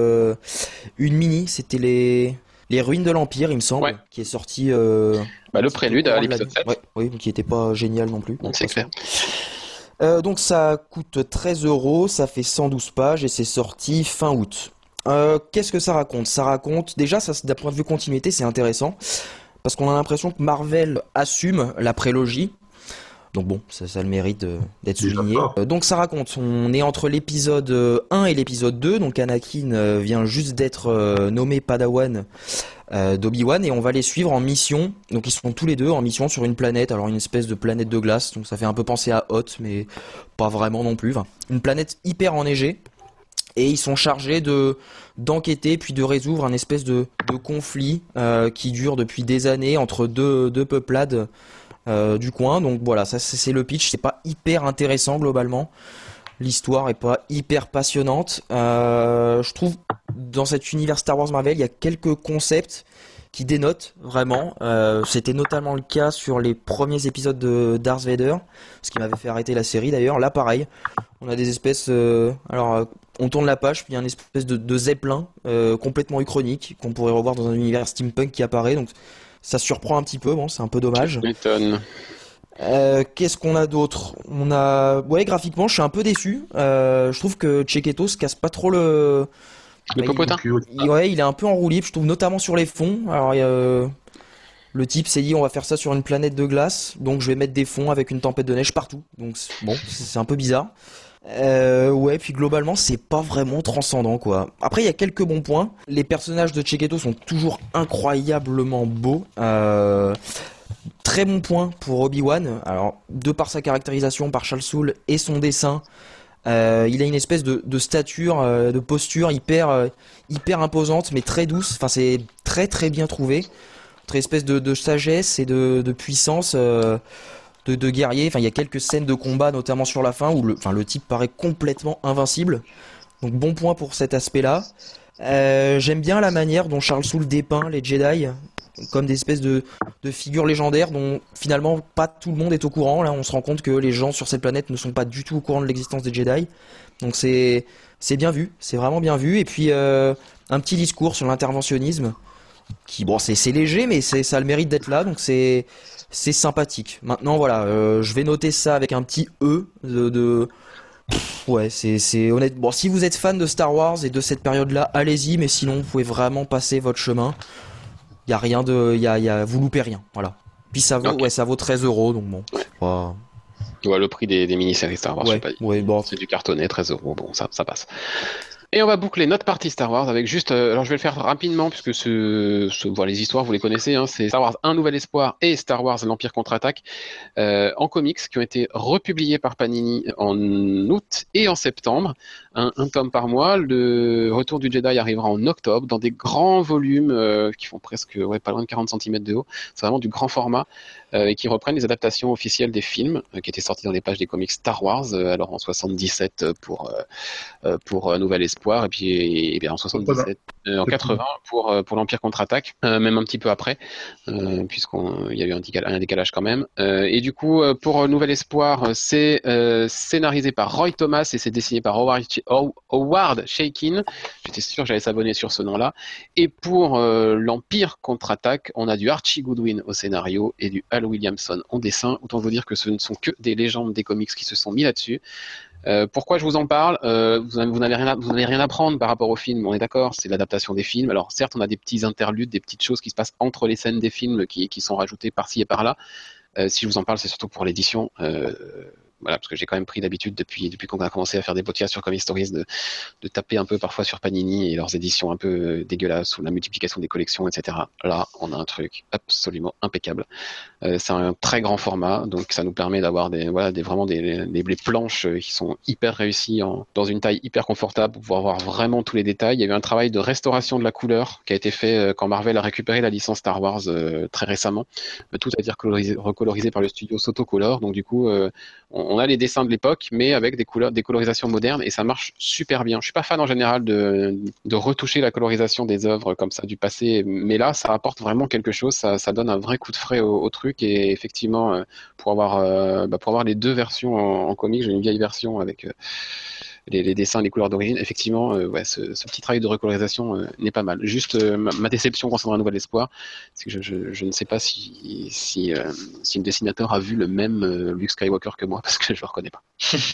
une mini. C'était les ruines de l'Empire, il me semble, Ouais. qui est sorti. Bah, le C'était au prélude à courant de l'épisode 7. Ouais, oui, qui était pas génial non plus. de toute C'est façon. clair. Donc ça coûte 13 euros, ça fait 112 pages et c'est sorti fin août. Qu'est-ce que ça raconte? Ça raconte, déjà, ça, d'un point de vue continuité, c'est intéressant, parce qu'on a l'impression que Marvel assume la prélogie. Donc bon, ça a le mérite d'être Déjà souligné. fort. Donc ça raconte, on est entre l'épisode 1 et l'épisode 2, donc Anakin vient juste d'être nommé Padawan d'Obi-Wan et on va les suivre en mission. Donc ils sont tous les deux en mission sur une planète, alors une espèce de planète de glace, donc ça fait un peu penser à Hoth, mais pas vraiment non plus. Enfin, une planète hyper enneigée. Et ils sont chargés d'enquêter puis de résoudre un espèce de conflit qui dure depuis des années entre deux peuplades du coin. Donc voilà, ça c'est le pitch. C'est pas hyper intéressant globalement. L'histoire est pas hyper passionnante. Je trouve dans cet univers Star Wars Marvel, il y a quelques concepts qui dénotent vraiment. C'était notamment le cas sur les premiers épisodes de Darth Vader, ce qui m'avait fait arrêter la série d'ailleurs. Là pareil, on a des espèces. On tourne la page, puis il y a une espèce de zeppelin complètement uchronique qu'on pourrait revoir dans un univers steampunk qui apparaît. Donc ça surprend un petit peu. Bon, c'est un peu dommage. Tu m'étonnes. Qu'est-ce qu'on a d'autre? Ouais, graphiquement, je suis un peu déçu. Je trouve que Cecchetto se casse pas trop Le popotin. ouais, il est un peu en roue libre, je trouve, notamment sur les fonds. Alors, le type s'est dit, on va faire ça sur une planète de glace, donc je vais mettre des fonds avec une tempête de neige partout. Donc, bon, c'est un peu bizarre. Ouais, puis globalement, c'est pas vraiment transcendant, quoi. Après, il y a quelques bons points. Les personnages de Cecchetto sont toujours incroyablement beaux. Très bon point pour Obi-Wan. Alors, de par sa caractérisation par Charles Soule et son dessin, il a une espèce de stature, de posture hyper imposante, mais très douce. Enfin, c'est très très bien trouvé. Très espèce de sagesse et de puissance. De guerrier. Enfin, il y a quelques scènes de combat, notamment sur la fin, où le type paraît complètement invincible. Donc bon point pour cet aspect-là. J'aime bien la manière dont Charles Soule dépeint les Jedi comme des espèces de figures légendaires dont finalement pas tout le monde est au courant. Là, on se rend compte que les gens sur cette planète ne sont pas du tout au courant de l'existence des Jedi. Donc c'est bien vu, c'est vraiment bien vu. Et puis un petit discours sur l'interventionnisme qui, bon, c'est léger, mais ça a le mérite d'être là. Donc c'est sympathique. Maintenant, voilà, je vais noter ça avec un petit E Ouais, c'est honnête. Bon, si vous êtes fan de Star Wars et de cette période-là, allez-y, mais sinon, vous pouvez vraiment passer votre chemin. Il y a rien de, vous loupez rien, voilà. Puis ça vaut, Ok. ouais, ça vaut 13 €, donc bon. Ouais. Ouais, le prix des mini-séries Star Wars, je sais Ouais, pas. ouais, bon. C'est du cartonné, 13 €, bon, ça passe. Et on va boucler notre partie Star Wars avec juste, alors je vais le faire rapidement puisque voilà, les histoires vous les connaissez, hein, c'est Star Wars Un Nouvel Espoir et Star Wars L'Empire contre-attaque en comics qui ont été republiés par Panini en août et en septembre, un tome par mois. Le Retour du Jedi arrivera en octobre dans des grands volumes qui font presque pas loin de 40 cm de haut. C'est vraiment du grand format et qui reprennent les adaptations officielles des films qui étaient sortis dans les pages des comics Star Wars, alors en 77 pour Nouvel Espoir et bien en 77 en 80 pour l'Empire contre-attaque, même un petit peu après puisqu'il y a eu un décalage quand même, et du coup pour Nouvel Espoir c'est scénarisé par Roy Thomas et c'est dessiné par Howard Chaykin. J'étais sûr que j'allais s'abonner sur ce nom là. Et pour l'Empire contre-attaque, on a du Archie Goodwin au scénario et du Hal Williamson en dessin. Autant vous dire que ce ne sont que des légendes des comics qui se sont mis là-dessus. Pourquoi je vous en parle? Vous n'avez rien à prendre par rapport au film, on est d'accord, c'est l'adaptation des films. Alors certes, on a des petits interludes, des petites choses qui se passent entre les scènes des films qui sont rajoutées par-ci et par-là. Si je vous en parle, c'est surtout pour l'édition. Voilà, parce que j'ai quand même pris l'habitude depuis qu'on a commencé à faire des podcasts sur Comic Stories de taper un peu parfois sur Panini et leurs éditions un peu dégueulasses ou la multiplication des collections, etc. Là, on a un truc absolument impeccable. C'est un très grand format, donc ça nous permet d'avoir vraiment des planches qui sont hyper réussies dans une taille hyper confortable pour pouvoir voir vraiment tous les détails. Il y a eu un travail de restauration de la couleur qui a été fait quand Marvel a récupéré la licence Star Wars très récemment. Tout a été recolorisé par le studio Sotocolor, donc du coup on a les dessins de l'époque, mais avec des colorisations modernes, et ça marche super bien. Je suis pas fan en général de retoucher la colorisation des œuvres comme ça du passé, mais là, ça apporte vraiment quelque chose. Ça donne un vrai coup de frais au truc, et effectivement, pour avoir les deux versions en comics, j'ai une vieille version avec les dessins, les couleurs d'origine. Effectivement, ce petit travail de recolorisation n'est pas mal. Juste ma déception concernant Un Nouvel Espoir, c'est que je ne sais pas si le dessinateur a vu le même Luke Skywalker que moi, parce que je le reconnais pas.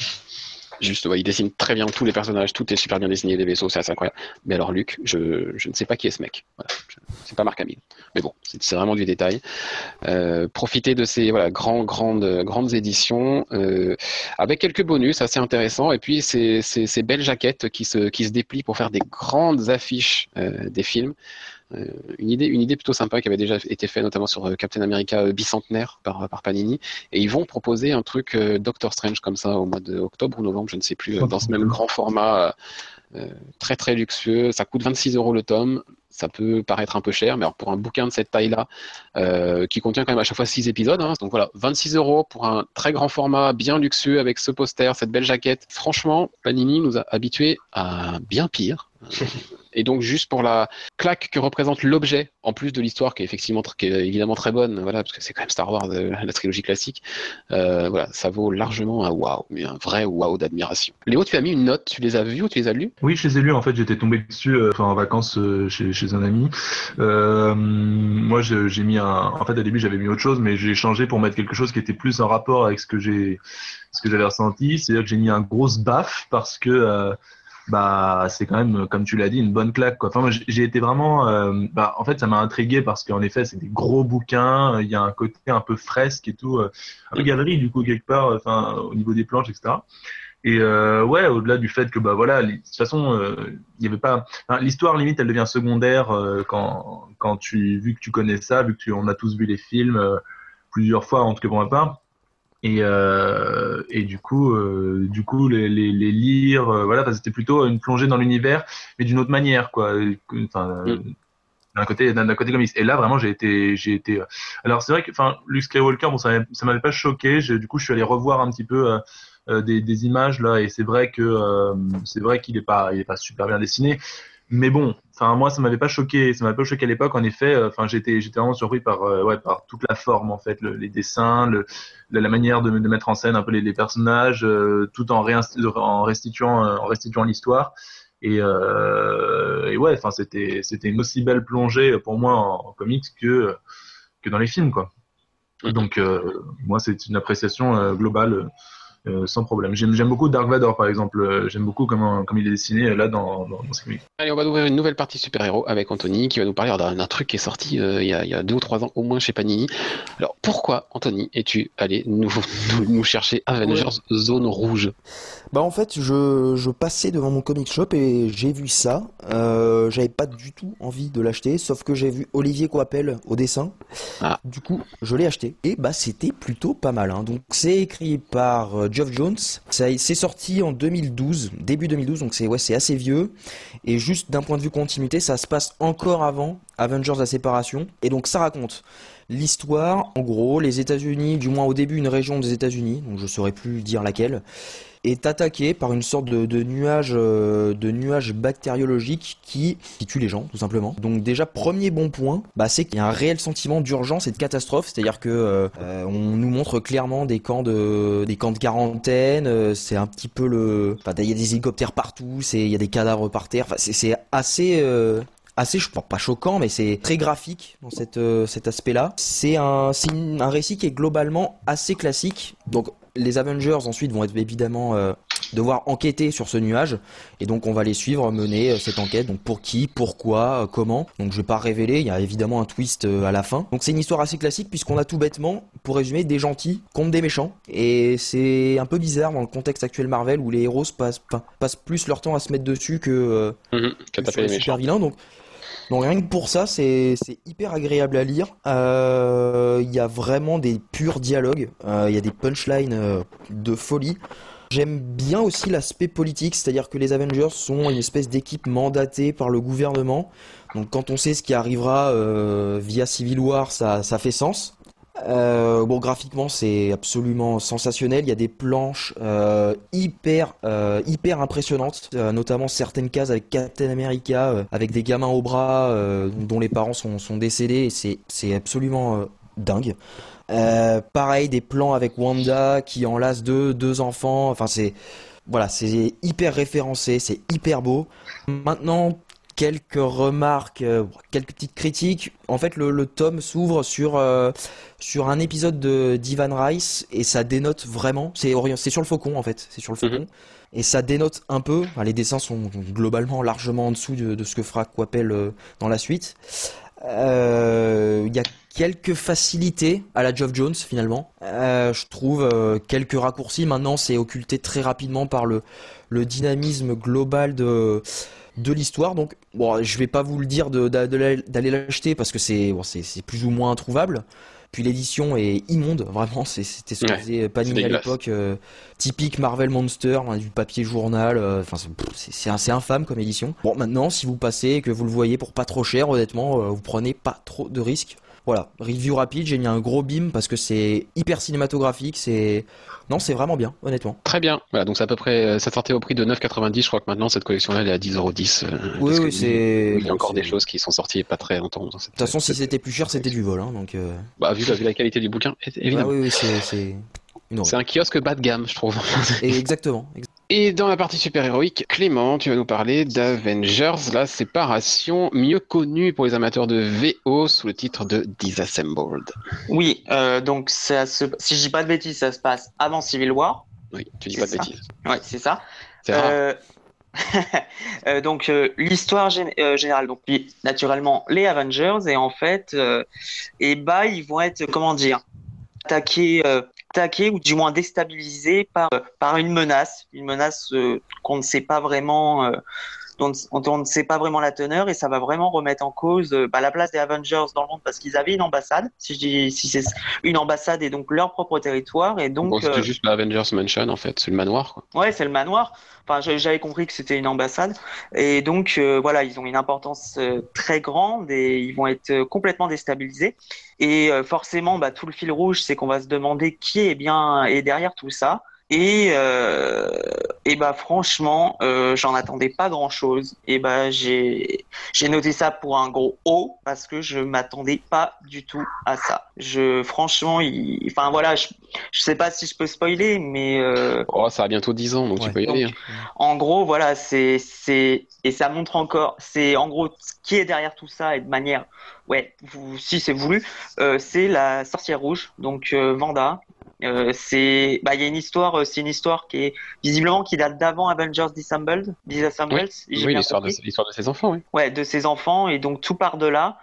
Juste, il dessine très bien tous les personnages, tout est super bien dessiné, les vaisseaux, c'est assez incroyable. Mais alors Luke, je ne sais pas qui est ce mec. Voilà, c'est pas Mark Hamill. Mais bon, c'est vraiment du détail. Profitez de ces grandes éditions avec quelques bonus assez intéressants, et puis ces belles jaquettes qui se déplient pour faire des grandes affiches des films. Une idée plutôt sympa qui avait déjà été faite notamment sur Captain America bicentenaire par Panini, et ils vont proposer un truc Doctor Strange comme ça au mois d'octobre ou novembre, je ne sais plus, dans ce même grand format très très luxueux. Ça coûte 26 € le tome. Ça peut paraître un peu cher, mais alors pour un bouquin de cette taille-là, qui contient quand même à chaque fois 6 épisodes, hein, donc voilà, 26 € pour un très grand format, bien luxueux, avec ce poster, cette belle jaquette. Franchement, Panini nous a habitués à bien pire. Et donc juste pour la claque que représente l'objet, en plus de l'histoire qui est évidemment très bonne, voilà, parce que c'est quand même Star Wars, la trilogie classique, voilà, ça vaut largement un waouh, mais un vrai waouh d'admiration. Léo, tu as mis une note, tu les as vus ou tu les as lus? Oui, je les ai lus. En fait, j'étais tombé dessus en vacances chez un ami. Moi, j'ai mis En fait, au début, j'avais mis autre chose, mais j'ai changé pour mettre quelque chose qui était plus en rapport avec ce que j'avais ressenti. C'est-à-dire que j'ai mis un gros baf parce que c'est quand même, comme tu l'as dit, une bonne claque, quoi. Enfin, moi, j'ai été vraiment, en fait, ça m'a intrigué parce qu'en effet, c'est des gros bouquins. Il y a un côté un peu fresque et tout, un peu galerie du coup quelque part, enfin, au niveau des planches, etc. Et au-delà du fait que de toute façon, il y avait pas, enfin, l'histoire limite, elle devient secondaire quand vu que tu connais ça, vu que on a tous vu les films plusieurs fois, en tout cas pour ma part. Et du coup, les lire, c'était plutôt une plongée dans l'univers, mais d'une autre manière, quoi. Enfin, d'un côté comics. Et là, vraiment, j'ai été. Alors, c'est vrai que, enfin, Luke Skywalker, bon, ça m'avait pas choqué. Du coup, je suis allé revoir un petit peu des images là, et c'est vrai qu'il est pas super bien dessiné. Mais bon, enfin moi ça m'avait pas choqué à l'époque en effet. Enfin j'étais vraiment surpris par toute la forme en fait, les dessins, la manière de mettre en scène un peu les personnages, tout en restituant l'histoire. Et ouais, enfin c'était une aussi belle plongée pour moi en comics que dans les films, quoi. Donc moi c'est une appréciation globale sans problème. J'aime beaucoup Dark Vador, par exemple. J'aime beaucoup comme il est dessiné là dans ce comic. Allez, on va ouvrir une nouvelle partie super-héros avec Anthony qui va nous parler d'un truc qui est sorti il y a 2 ou 3 ans au moins chez Panini. Alors pourquoi, Anthony, es-tu allé nous chercher Avengers Zone Rouge? Bah en fait, je passais devant mon comic shop et j'ai vu ça. J'avais pas du tout envie de l'acheter, sauf que j'ai vu Olivier Coipel au dessin. Ah. Du coup, je l'ai acheté et bah c'était plutôt pas mal. Hein. Donc c'est écrit par Geoff Jones. C'est sorti en 2012, début 2012, donc c'est assez vieux. Et juste d'un point de vue continuité, ça se passe encore avant Avengers la séparation. Et donc ça raconte l'histoire. En gros, les États-Unis, du moins au début une région des États-Unis, donc je saurais plus dire laquelle, est attaqué par une sorte de nuage bactériologique qui tue les gens, tout simplement. Donc déjà, premier bon point, bah, c'est qu'il y a un réel sentiment d'urgence et de catastrophe, c'est-à-dire que on nous montre clairement des camps de quarantaine, c'est un petit peu enfin, il y a des hélicoptères partout, il y a des cadavres par terre, enfin, c'est assez, je pense pas choquant, mais c'est très graphique dans cet aspect-là. C'est un récit qui est globalement assez classique. Donc les Avengers ensuite vont être évidemment devoir enquêter sur ce nuage, et donc on va les suivre mener cette enquête. Donc pour qui, pourquoi, comment. Donc je vais pas révéler, il y a évidemment un twist à la fin. Donc c'est une histoire assez classique puisqu'on a tout bêtement, pour résumer, des gentils contre des méchants, et c'est un peu bizarre dans le contexte actuel Marvel où les héros passent plus leur temps à se mettre dessus que Qu'à taper sur les les méchants. super vilains. Donc rien que pour ça, c'est hyper agréable à lire. Il y a vraiment des purs dialogues. Il y a des punchlines de folie. J'aime bien aussi l'aspect politique, c'est-à-dire que les Avengers sont une espèce d'équipe mandatée par le gouvernement. Donc quand on sait ce qui arrivera via Civil War, ça fait sens. Bon, graphiquement c'est absolument sensationnel. Il y a des planches hyper impressionnantes, notamment certaines cases avec Captain America, avec des gamins au bras dont les parents sont décédés, et c'est absolument dingue. Pareil, des plans avec Wanda qui enlace deux enfants. Enfin c'est hyper référencé, c'est hyper beau. Maintenant, quelques remarques, quelques petites critiques. En fait, le tome s'ouvre sur un épisode d'Ivan Rice, et ça dénote vraiment. C'est sur le Faucon, en fait. C'est sur le Faucon. Et ça dénote un peu. Enfin, les dessins sont globalement largement en dessous de ce que fera Coipel dans la suite. Il y a quelques facilités à la Geoff Jones, finalement. Je trouve quelques raccourcis. Maintenant, c'est occulté très rapidement par le dynamisme global de l'histoire. Donc bon, je vais pas vous le dire d'aller l'acheter parce que c'est plus ou moins introuvable. Puis l'édition est immonde, vraiment. C'était ce que faisait Panini à l'époque, typique Marvel Monster, hein, du papier journal. Enfin, c'est infâme comme édition. Bon, maintenant, si vous passez et que vous le voyez pour pas trop cher, honnêtement, vous prenez pas trop de risques. Voilà, review rapide, j'ai mis un gros bim parce que c'est hyper cinématographique, c'est vraiment bien, honnêtement. Très bien. Voilà, donc c'est à peu près, ça sortait au prix de 9,90. Je crois que maintenant cette collection-là elle est à 10,10 €. Oui, c'est. Il y a encore des choses qui sont sorties il n'y a pas très longtemps. De toute façon, si c'était plus cher, c'était du vol, hein, donc. Vu la qualité du bouquin, évidemment. Ah oui, c'est. C'est un kiosque bas de gamme, je trouve. Exactement. Et dans la partie super-héroïque, Clément, tu vas nous parler d'Avengers, la séparation, mieux connue pour les amateurs de VO sous le titre de Disassembled. Oui, donc si je dis pas de bêtises, ça se passe avant Civil War. Oui, tu dis pas de bêtises. Oui, c'est ça. C'est rare. Donc l'histoire générale, donc naturellement les Avengers, et en fait, ils vont être, comment dire, attaqués ou du moins déstabilisés par une menace qu'on ne sait pas vraiment, dont on ne sait pas vraiment la teneur, et ça va vraiment remettre en cause la place des Avengers dans le monde, parce qu'ils avaient une ambassade, si c'est une ambassade et donc leur propre territoire, et donc c'était juste l'Avengers Mansion en fait, c'est le manoir quoi. Ouais, c'est le manoir. Enfin, j'avais compris que c'était une ambassade, et donc ils ont une importance très grande, et ils vont être complètement déstabilisés. Et forcément, tout le fil rouge, c'est qu'on va se demander qui est derrière tout ça. Et franchement, j'en attendais pas grand chose. Et j'ai noté ça pour un gros O, parce que je m'attendais pas du tout à ça. Franchement, je sais pas si je peux spoiler, mais ça a bientôt 10 ans, donc tu peux y aller. En gros, voilà, et ça montre encore, c'est en gros ce qui est derrière tout ça, et de manière, si c'est voulu, c'est la sorcière rouge, donc Wanda. Il y a une histoire, c'est une histoire qui est visiblement qui date d'avant Avengers Disassembled, si j'ai Oui, bien l'histoire de, compris. l'histoire de ses enfants, oui. Ouais, de ses enfants, et donc tout part de là.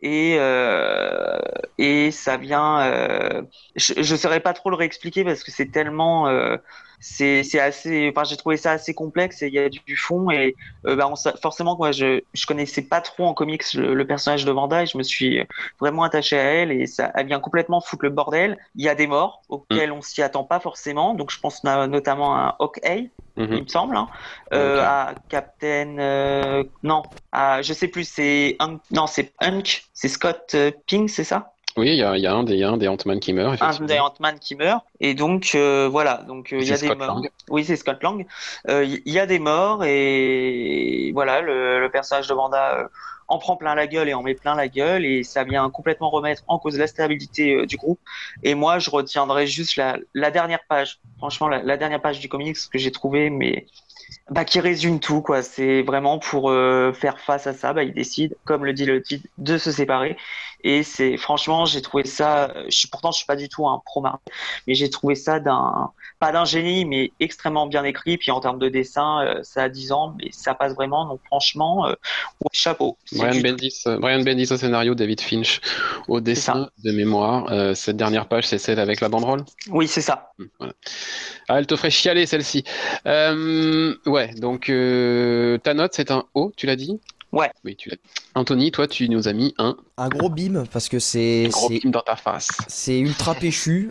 Et ça vient. Je saurais pas trop le réexpliquer parce que c'est tellement. C'est assez. Enfin, j'ai trouvé ça assez complexe et il y a du fond et forcément quoi. Je connaissais pas trop en comics le personnage de Wanda et je me suis vraiment attaché à elle et ça. Elle vient complètement foutre le bordel. Il y a des morts auxquels on s'y attend pas forcément. Donc je pense notamment à Hawkeye. Il me semble, hein. Ok. À Captain, non, je sais plus, c'est Hunk, c'est Scott Ping, c'est ça? Oui, il y a un des Ant-Man qui meurt, Un des effectivement. Ant-Man qui meurt, et donc voilà, donc il y C'est a des Scott morts. Lang. Oui, c'est Scott Lang. Il y a des morts, et voilà, le personnage de Wanda en prend plein la gueule et en met plein la gueule, et ça vient complètement remettre en cause la stabilité du groupe. Et moi, je retiendrai juste la dernière page, franchement, la dernière page du comics que j'ai trouvé, mais qui résume tout quoi. C'est vraiment pour faire face à ça, il décide, comme le dit le titre, de se séparer. Et c'est franchement, j'ai trouvé ça. Je suis pas du tout un pro Marvel, mais j'ai trouvé ça pas d'un génie, mais extrêmement bien écrit. Puis en termes de dessin, ça a 10 ans, mais ça passe vraiment. Donc franchement, ouais, chapeau. Brian Bendis au scénario, David Finch au C'est ça. dessin de mémoire. Cette dernière page, c'est celle avec la banderole. Oui, c'est ça. Voilà. Ah, elle te ferait chialer celle-ci. Ouais, donc ta note c'est un O, tu l'as dit? Ouais. Oui, tu l'as dit. Anthony, toi tu nous as mis Un gros bim parce que un gros film dans ta face. c'est ultra péchu.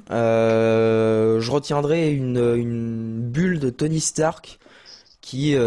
Je retiendrai une bulle de Tony Stark qui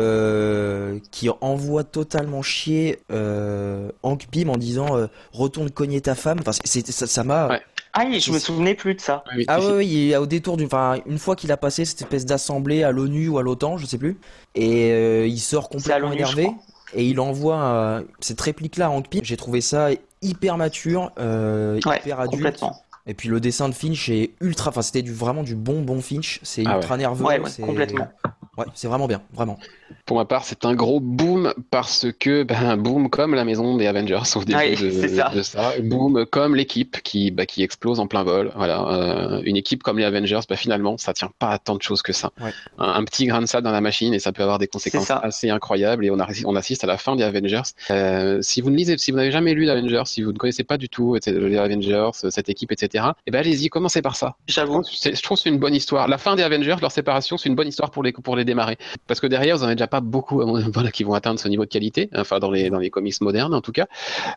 envoie totalement chier Hank Pym en disant retourne cogner ta femme. Enfin, ça m'a. Ouais. Ah oui, je me souvenais plus de ça. Oui, Ah ouais, au détour une fois qu'il a passé cette espèce d'assemblée à l'ONU ou à l'OTAN, je sais plus, et il sort C'est à complètement l'ONU, je énervé crois. et il envoie cette réplique-là à Hank Pym. J'ai trouvé ça hyper mature, Ouais, hyper adulte. complètement. Et puis le dessin de Finch est ultra, enfin c'était vraiment du bon Finch. C'est Ah ultra nerveux. Ouais, c'est complètement. Ouais, c'est vraiment bien, vraiment. Pour ma part, c'est un gros boom parce que, boom comme la maison des Avengers au début Ouais, c'est ça. de ça, boom comme l'équipe qui explose en plein vol. Voilà, une équipe comme les Avengers, finalement, ça tient pas à tant de choses que ça. Ouais. Un petit grain de sable dans la machine et ça peut avoir des conséquences ça. assez incroyables. Et on assiste à la fin des Avengers. Si vous n'avez jamais lu l'Avengers, si vous ne connaissez pas du tout les Avengers, cette équipe, etc. Allez-y, commencez par ça. J'avoue. Je trouve que c'est une bonne histoire. La fin des Avengers, leur séparation, c'est une bonne histoire pour les démarrer. Parce que derrière, vous n'en avez déjà pas beaucoup qui vont atteindre ce niveau de qualité, enfin dans les comics modernes en tout cas.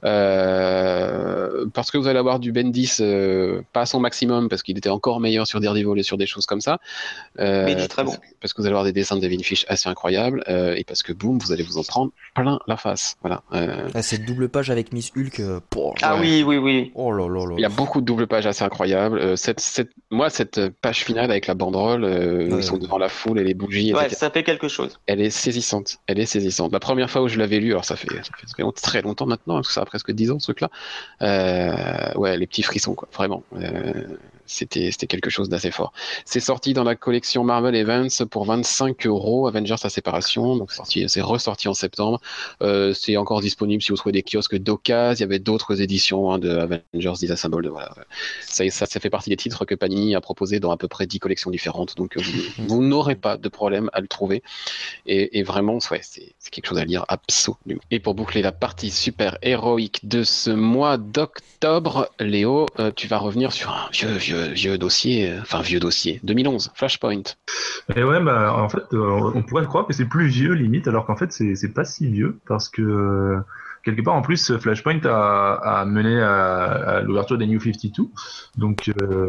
Parce que vous allez avoir du Bendis pas à son maximum, parce qu'il était encore meilleur sur Daredevil et sur des choses comme ça. Mais il est très bon. Parce que vous allez avoir des dessins de David Finch assez incroyables, et parce que boum, vous allez vous en prendre plein la face. Voilà. Cette double page avec Miss Hulk. Ah Ouais. oui. Oh là là là. Il y a beaucoup de double pages assez incroyables. Cette page finale avec la banderole, ils sont devant la foule et les bougies, Ouais, etc. ça fait quelque chose. Elle est saisissante. La première fois où je l'avais lu, alors ça fait très longtemps maintenant, parce que ça a presque 10 ans ce truc-là. Ouais, les petits frissons, quoi, vraiment. C'était quelque chose d'assez fort. C'est sorti dans la collection Marvel Events pour 25 €, Avengers la séparation. Donc c'est ressorti en septembre. C'est encore disponible si vous trouvez des kiosques d'occasion. Il y avait d'autres éditions de Avengers Disassembled. Voilà. Ça fait partie des titres que Panini a proposé dans à peu près 10 collections différentes. Donc vous n'aurez pas de problème à le trouver. Et vraiment, ouais, c'est quelque chose à lire absolument. Et pour boucler la partie super héroïque de ce mois d'octobre, Léo, tu vas revenir sur un vieux dossier, 2011, Flashpoint. Et ouais, en fait, on pourrait croire que c'est plus vieux limite, alors qu'en fait, c'est pas si vieux, parce que quelque part, en plus, Flashpoint a mené à l'ouverture des New 52. Donc,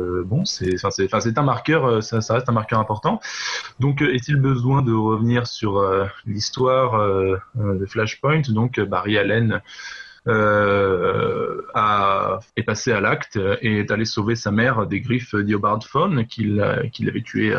c'est un marqueur, ça reste un marqueur important. Donc, est-il besoin de revenir sur l'histoire de Flashpoint? Donc, Barry Allen est passé à l'acte et est allé sauver sa mère des griffes d'Eobard Thawne qu'il avait tué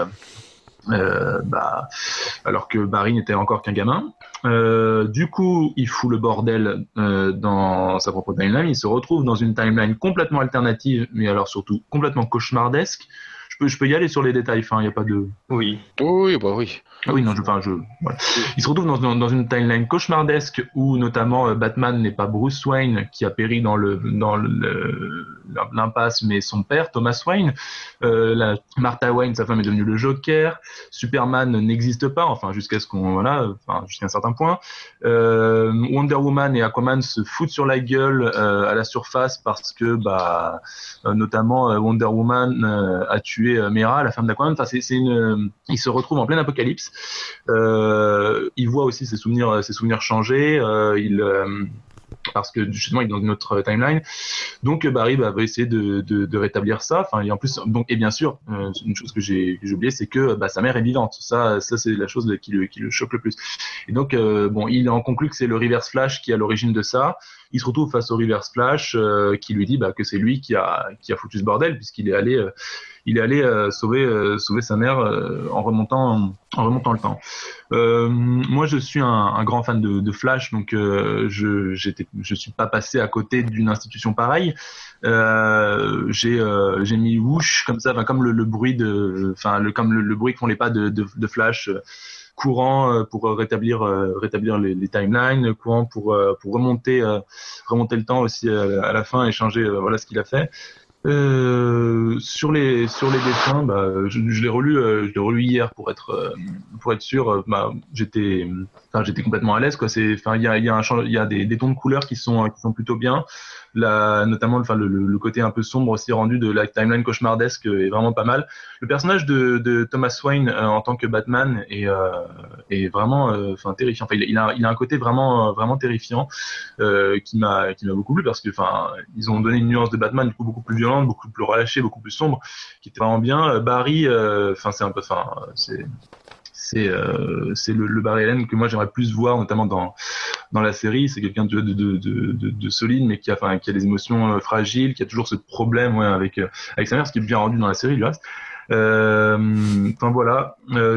alors que Barry n'était encore qu'un gamin. Du coup, il fout le bordel dans sa propre timeline. Il se retrouve dans une timeline complètement alternative, mais alors surtout complètement cauchemardesque. Je peux y aller sur les détails. Enfin, il y a pas de. Oui. Oui, bah oui. Ah oui, non, voilà. Il se retrouve dans une timeline cauchemardesque où notamment Batman n'est pas Bruce Wayne qui a péri dans l'impasse, mais son père, Thomas Wayne. Martha Wayne, sa femme, est devenue le Joker. Superman n'existe pas, enfin jusqu'à jusqu'à un certain point. Wonder Woman et Aquaman se foutent sur la gueule à la surface parce que notamment Wonder Woman a tué Mera, la femme d'Aquaman. Enfin, il se retrouve en pleine apocalypse. Il voit aussi ses souvenirs changer. Parce que justement il est dans une autre timeline. Donc Barry va essayer de rétablir ça. Enfin, et en plus, et bien sûr, une chose que j'ai oublié, c'est que sa mère est vivante. Ça c'est la chose qui le choque le plus. Et donc il en conclut que c'est le Reverse Flash qui est à l'origine de ça. Il se retrouve face au Reverse Flash qui lui dit que c'est lui qui a foutu ce bordel puisqu'il est allé sauver sa mère en remontant le temps. Moi, je suis un grand fan de Flash, donc je suis pas passé à côté d'une institution pareille. J'ai mis whoosh comme ça, comme le bruit le bruit que font les pas de Flash. Courant pour rétablir les timelines, courant pour remonter le temps aussi à la fin et changer voilà ce qu'il a fait. Sur les dessins, je l'ai relu hier pour être sûr. J'étais complètement à l'aise quoi. Il y a des tons de couleurs qui sont plutôt bien. Notamment le côté un peu sombre aussi rendu de la timeline cauchemardesque est vraiment pas mal. Le personnage de Thomas Wayne en tant que Batman est vraiment terrifiant. Enfin, il a un côté vraiment terrifiant qui m'a beaucoup plu parce que ils ont donné une nuance de Batman du coup beaucoup plus violente, beaucoup plus relâchée, beaucoup plus sombre, qui était vraiment bien. Barry, c'est le Barry Allen que moi j'aimerais plus voir notamment dans la série. C'est quelqu'un de solide mais qui a des émotions fragiles, qui a toujours ce problème avec sa mère, ce qui est bien rendu dans la série du reste. Voilà,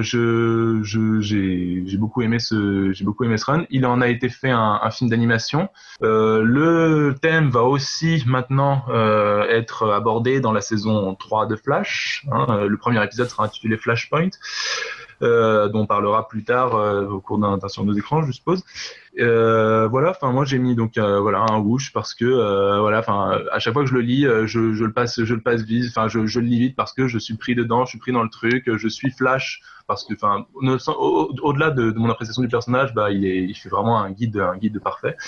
j'ai beaucoup aimé ce run. Il en a été fait un film d'animation. Le thème va aussi maintenant être abordé dans la saison 3 de Flash. Le premier épisode sera intitulé Flashpoint. Dont on parlera plus tard au cours d'un sur nos écrans, je suppose. Moi j'ai mis un whoosh parce que à chaque fois que je le lis, je le passe vite. Je le lis vite parce que je suis pris dedans, je suis pris dans le truc, je suis Flash parce que au-delà de mon appréciation du personnage, il fait vraiment un guide parfait.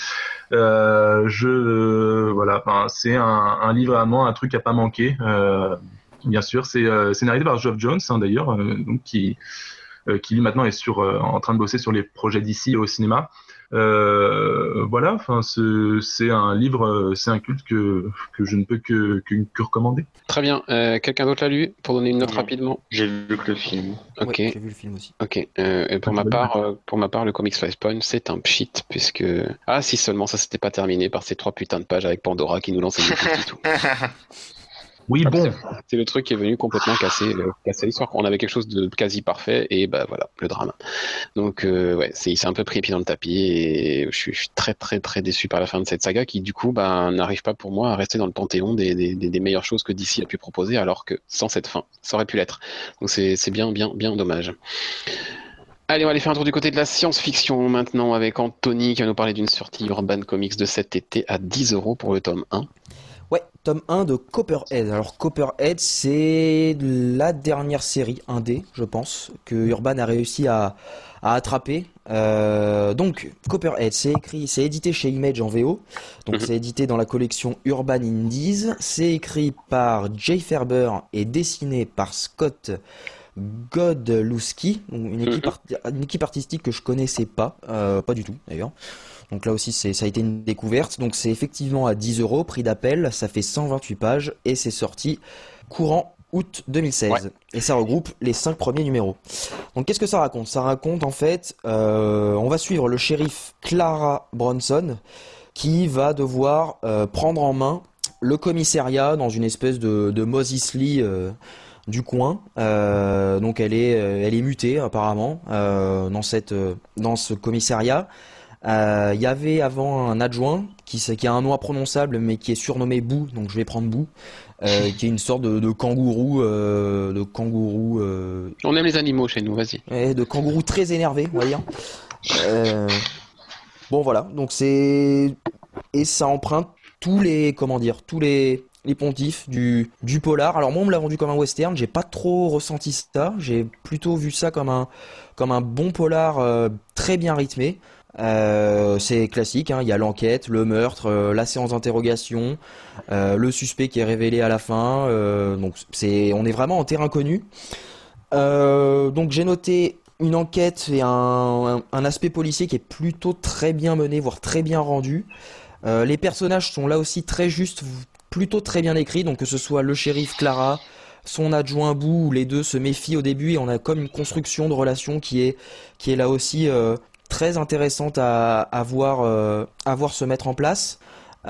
C'est un livre vraiment un truc à pas manquer. Bien sûr, c'est scénarisé par Geoff Jones d'ailleurs, donc qui lui maintenant est en train de bosser sur les projets d'ici au cinéma. C'est un livre, c'est un culte que je ne peux que recommander. Très bien. Quelqu'un d'autre l'a lu pour donner une note rapidement? J'ai vu que le film. Ok. Ouais, j'ai vu le film aussi. Ok. Et pour ma part, le Comics Flashpoint, c'est un pchit puisque si seulement ça s'était pas terminé par ces 3 putains de pages avec Pandora qui nous lance une petite tout. Oui, bon. C'est le truc qui est venu complètement casser l'histoire. On avait quelque chose de quasi parfait et voilà, le drame. Donc il s'est un peu pris les pieds dans le tapis et je suis très très très déçu par la fin de cette saga qui du coup n'arrive pas pour moi à rester dans le panthéon des meilleures choses que DC a pu proposer alors que sans cette fin, ça aurait pu l'être. Donc c'est bien dommage. Allez, on va aller faire un tour du côté de la science-fiction maintenant avec Anthony qui va nous parler d'une sortie Urban Comics de cet été à 10€ pour le tome 1. Ouais, tome 1 de Copperhead. Alors Copperhead, c'est la dernière série indé, je pense, que Urban a réussi à attraper. Donc Copperhead, c'est édité chez Image en VO. Donc c'est édité dans la collection Urban Indies. C'est écrit par Jay Faerber et dessiné par Scott Godlewski, une équipe artistique que je connaissais pas du tout d'ailleurs. Donc là aussi ça a été une découverte. Donc c'est effectivement à 10€, prix d'appel, ça fait 128 pages et c'est sorti courant août 2016. Ouais. Et ça regroupe les 5 premiers numéros. Donc qu'est-ce que ça raconte? Ça raconte en fait, on va suivre le shérif Clara Bronson qui va devoir prendre en main le commissariat dans une espèce de Moses Lee du coin. Donc elle est mutée apparemment dans ce commissariat. Il y avait avant un adjoint qui a un nom imprononçable mais qui est surnommé Boo, donc je vais prendre Boo, qui est une sorte de kangourou, On aime les animaux chez nous, vas-y. de kangourou très énervé, on va dire. Bon voilà, donc et ça emprunte tous les pontifs du polar. Alors moi on me l'a vendu comme un western, j'ai pas trop ressenti ça, j'ai plutôt vu ça comme un bon polar très bien rythmé. C'est classique, hein. Il y a l'enquête, le meurtre, la séance d'interrogation, le suspect qui est révélé à la fin. Donc on est vraiment en terrain connu. Donc j'ai noté une enquête et un aspect policier qui est plutôt très bien mené, voire très bien rendu. Les personnages sont là aussi très justes, plutôt très bien écrits. Donc que ce soit le shérif Clara, son adjoint Boo, où les deux se méfient au début et on a comme une construction de relation qui est là aussi très intéressante à voir se mettre en place.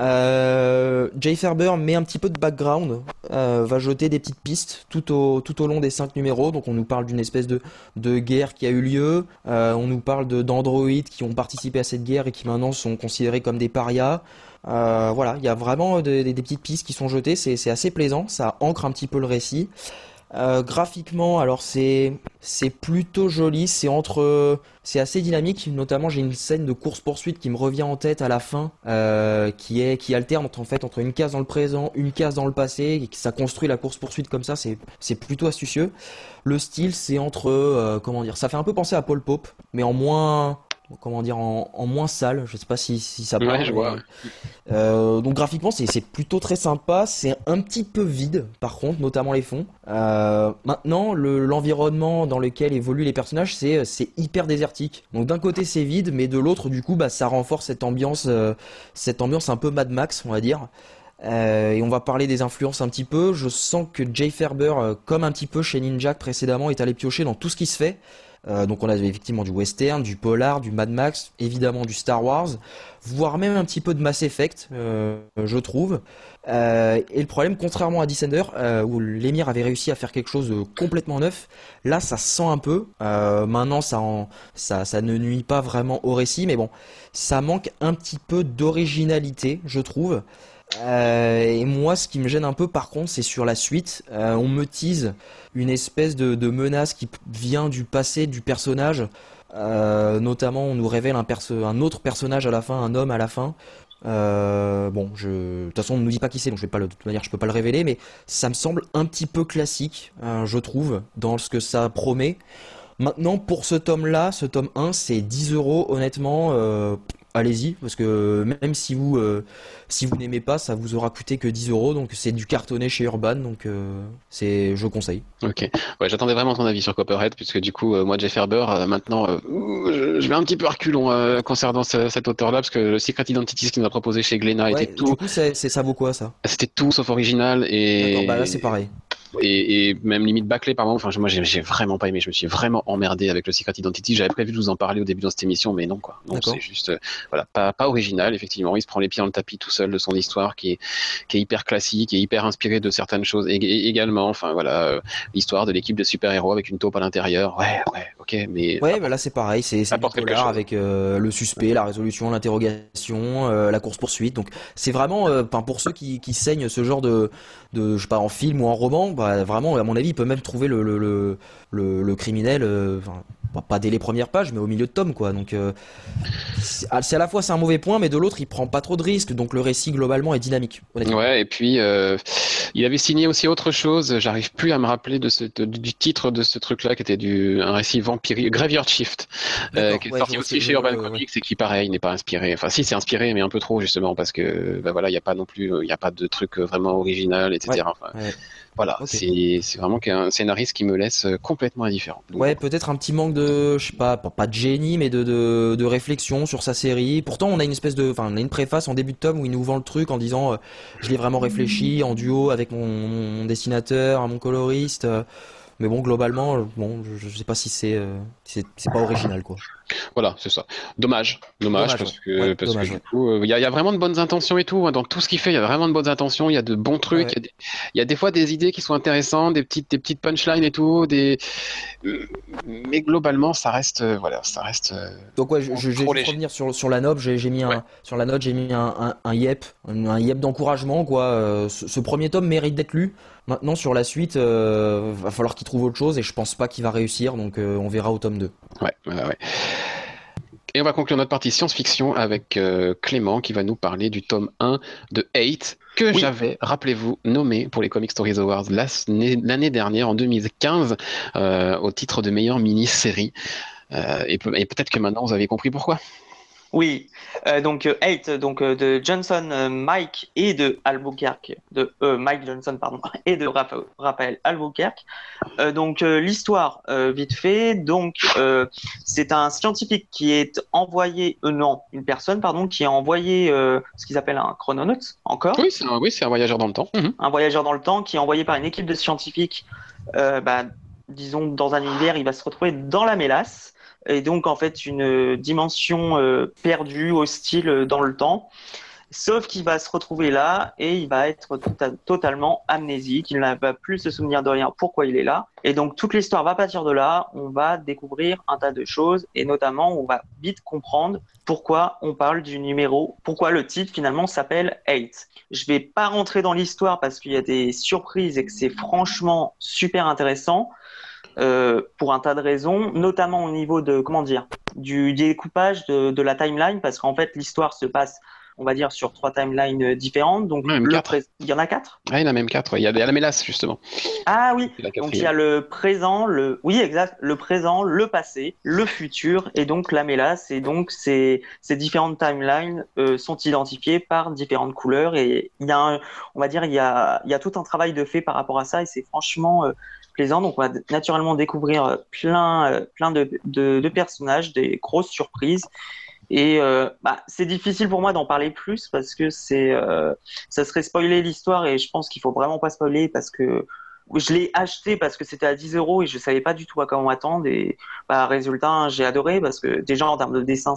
Jay Faerber met un petit peu de background, va jeter des petites pistes tout au long des 5 numéros. Donc on nous parle d'une espèce de guerre qui a eu lieu, on nous parle d'androïdes qui ont participé à cette guerre et qui maintenant sont considérés comme des parias. Voilà, il y a vraiment des petites pistes qui sont jetées, c'est assez plaisant, ça ancre un petit peu le récit. Graphiquement, alors c'est plutôt joli, c'est assez dynamique. Notamment, j'ai une scène de course-poursuite qui me revient en tête à la fin, qui alterne entre une case dans le présent, une case dans le passé, et que ça construit la course-poursuite comme ça. C'est plutôt astucieux. Le style, c'est ça fait un peu penser à Paul Pope, mais en moins sale. Je sais pas si ça parle. Ouais, je vois. Donc graphiquement c'est plutôt très sympa, c'est un petit peu vide par contre, notamment les fonds. Maintenant l'environnement dans lequel évoluent les personnages c'est hyper désertique. Donc d'un côté c'est vide, mais de l'autre du coup ça renforce cette ambiance un peu Mad Max on va dire. Et on va parler des influences un petit peu. Je sens que Jay Faerber, comme un petit peu chez Ninjak précédemment, est allé piocher dans tout ce qui se fait. Donc on a effectivement du western, du polar, du Mad Max, évidemment du Star Wars, voire même un petit peu de Mass Effect, je trouve. Et le problème, contrairement à Descender, où l'émir avait réussi à faire quelque chose de complètement neuf, là ça se sent un peu. Maintenant ça ne nuit pas vraiment au récit, mais bon, ça manque un petit peu d'originalité, je trouve. Et moi, ce qui me gêne un peu, par contre, c'est sur la suite. On me tease une espèce de menace qui vient du passé du personnage. Notamment, on nous révèle un autre personnage à la fin, un homme à la fin. De toute façon, on ne nous dit pas qui c'est, donc de toute manière, je peux pas le révéler, mais ça me semble un petit peu classique, je trouve, dans ce que ça promet. Maintenant, pour ce tome-là, ce tome 1, c'est 10 euros, honnêtement. Allez-y, parce que même si vous n'aimez pas, ça vous aura coûté que 10 euros, donc c'est du cartonné chez Urban, donc je conseille. Ok, ouais, j'attendais vraiment ton avis sur Copperhead, puisque du coup, moi, Jay Faerber, maintenant, je vais un petit peu à reculons concernant cet auteur-là, parce que le Secret Identity qu'il nous a proposé chez Glénat était tout. Du coup, ça vaut quoi ça? C'était tout sauf original et. D'accord, bah là c'est pareil. Et même limite bâclé par moment. Enfin, moi, j'ai vraiment pas aimé. Je me suis vraiment emmerdé avec le Secret Identity. J'avais prévu de vous en parler au début de cette émission, mais non, quoi. Donc, c'est juste, voilà, pas original, effectivement. Il se prend les pieds dans le tapis tout seul de son histoire qui est hyper classique et hyper inspiré de certaines choses. Et également, enfin, voilà, l'histoire de l'équipe de super-héros avec une taupe à l'intérieur. Ouais, ok, mais. Ouais, bah là, c'est pareil. C'est du polar avec le suspect, la résolution, l'interrogation, la course-poursuite. Donc, c'est vraiment, pour ceux qui saignent ce genre de, je sais pas, en film ou en roman, bah, vraiment, à mon avis, il peut même trouver le criminel, pas dès les premières pages, mais au milieu de tome, quoi. Donc, c'est à la fois c'est un mauvais point, mais de l'autre, il prend pas trop de risques, donc le récit globalement est dynamique. Honnêtement. Ouais, et puis il avait signé aussi autre chose. J'arrive plus à me rappeler du titre de ce truc-là, qui était un récit vampirique, Graveyard Shift, qui est sorti aussi chez Urban Comics et qui, pareil, n'est pas inspiré. Enfin, si, c'est inspiré, mais un peu trop justement, parce que, bah voilà, il y a pas non plus, il y a pas de truc vraiment original, etc. Voilà, c'est vraiment un scénariste qui me laisse complètement indifférent. Donc, ouais, peut-être un petit manque de, je sais pas de génie, mais de réflexion sur sa série. Pourtant, on a une préface en début de tome où il nous vend le truc en disant, je l'ai vraiment réfléchi en duo avec mon dessinateur, mon coloriste. Mais bon, globalement, je sais pas si c'est pas original, quoi. Voilà, c'est ça. Dommage, Dommage, parce ouais. que Ouais, parce que dommage, du ouais. coup, il y a vraiment de bonnes intentions et tout, hein. Dans tout ce qu'il fait, il y a vraiment de bonnes intentions. Il y a de bons Ouais, trucs. ouais. Il y a des fois des idées qui sont intéressantes, des petites punchlines et tout. Mais globalement, voilà, ça reste Donc ouais, je vais trop juste léger. revenir sur la note. J'ai mis Ouais. sur la note, j'ai mis un yep d'encouragement quoi. Ce premier tome mérite d'être lu. Maintenant sur la suite, va falloir qu'il trouve autre chose et je pense pas qu'il va réussir. Donc on verra au tome 2. Ouais. Et on va conclure notre partie science-fiction avec Clément qui va nous parler du tome 1 de Hate que Oui, j'avais, rappelez-vous, nommé pour les Comic Stories Awards l'année dernière, en 2015, au titre de meilleure mini-série. Et peut-être que maintenant vous avez compris pourquoi. oui. Donc Eight, donc de Johnson, Mike et de Albuquerque, de Mike Johnson pardon, et de Raphaël Albuquerque. Donc l'histoire, vite fait. Donc c'est un scientifique qui est envoyé, non, une personne pardon, qui est envoyé ce qu'ils appellent un chrononaute encore, Oui, c'est un voyageur dans le temps. Mhm. un voyageur dans le temps qui est envoyé par une équipe de scientifiques. Bah, disons dans un univers, il va se retrouver dans la mélasse et donc en fait une dimension perdue, hostile dans le temps. Sauf qu'il va se retrouver là et il va être totalement amnésique. Il ne va plus se souvenir de rien, pourquoi il est là. Et donc toute l'histoire va partir de là. On va découvrir un tas de choses et notamment on va vite comprendre pourquoi on parle du numéro, pourquoi le titre finalement s'appelle 8. Je vais pas rentrer dans l'histoire parce qu'il y a des surprises et que c'est franchement super intéressant. Pour un tas de raisons, notamment au niveau de, comment dire, du découpage de la timeline, parce qu'en fait, l'histoire se passe, on va dire, sur 3 timelines différentes. Donc, Ouais, même 4. il y en a 4? Ah, il y en a même 4. Il y a la mélasse, justement. Ah oui, C'est la donc il y a quatrième. le présent, oui, exact, le présent, le passé, le futur, et donc la mélasse. Et donc, ces différentes timelines sont identifiées par différentes couleurs. Et il y a on va dire, il y a tout un travail de fait par rapport à ça, et c'est franchement plaisant. Donc, on va naturellement découvrir plein de personnages, des grosses surprises. Et bah, c'est difficile pour moi d'en parler plus parce que ça serait spoiler l'histoire et je pense qu'il faut vraiment pas spoiler parce que je l'ai acheté parce que c'était à 10 euros et je savais pas du tout à quoi m'attendre et bah, résultat j'ai adoré parce que déjà en termes de dessin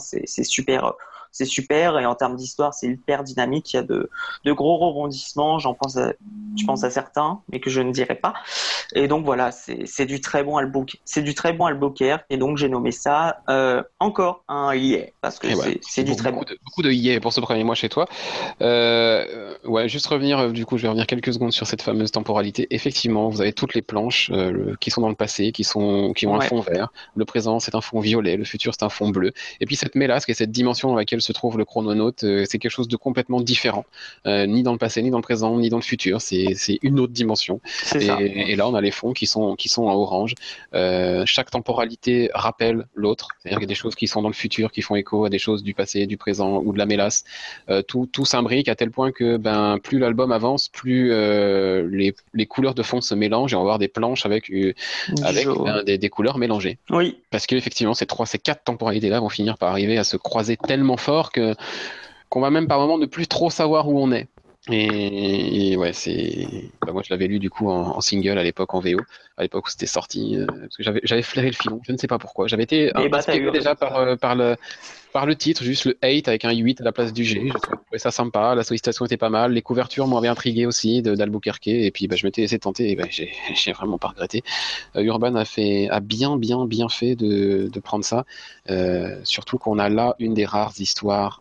c'est super et en termes d'histoire c'est hyper dynamique, il y a de gros rebondissements, je pense à certains mais que je ne dirai pas. Et donc voilà, c'est du très bon Albuquerque et donc j'ai nommé ça encore un yeah parce que Et ouais, c'est du très bon. beaucoup de yé pour ce premier mois chez toi. Ouais, juste revenir, du coup, je vais revenir quelques secondes sur cette fameuse temporalité. Effectivement, vous avez toutes les planches qui sont dans le passé, qui ont un Ouais, fond vert. Le présent, c'est un fond violet. Le futur, c'est un fond bleu. Et puis cette mélasque et cette dimension dans laquelle se trouve le chrononaute, c'est quelque chose de complètement différent. Ni dans le passé, ni dans le présent, ni dans le futur. C'est une autre dimension. c'est ça. Et là, on a les fonds qui sont en orange. Chaque temporalité rappelle l'autre. C'est-à-dire qu'il y a des choses qui sont dans le futur, qui font écho à des choses du passé, du présent ou de la mélasse. Tout s'imbrique à tel point que plus l'album avance, plus les couleurs de fond se mélangent et on va avoir des planches avec, Du jaune. des couleurs mélangées. Oui, Parce qu'effectivement, ces quatre temporalités-là vont finir par arriver à se croiser tellement fort qu'on va même par moment ne plus trop savoir où on est. Et ouais, moi je l'avais lu du coup en single à l'époque en VO, à l'époque où c'était sorti, parce que j'avais flairé le filon, je ne sais pas pourquoi. J'avais été et bah t'as inspiré eu déjà raison. par le titre, juste le 8 avec un 8 à la place du G. Je trouvais ça sympa, la sollicitation était pas mal, les couvertures m'avaient intrigué aussi d'Albuquerque, et puis je m'étais laissé tenter, et j'ai vraiment pas regretté. Urban a bien fait de prendre ça, surtout qu'on a là une des rares histoires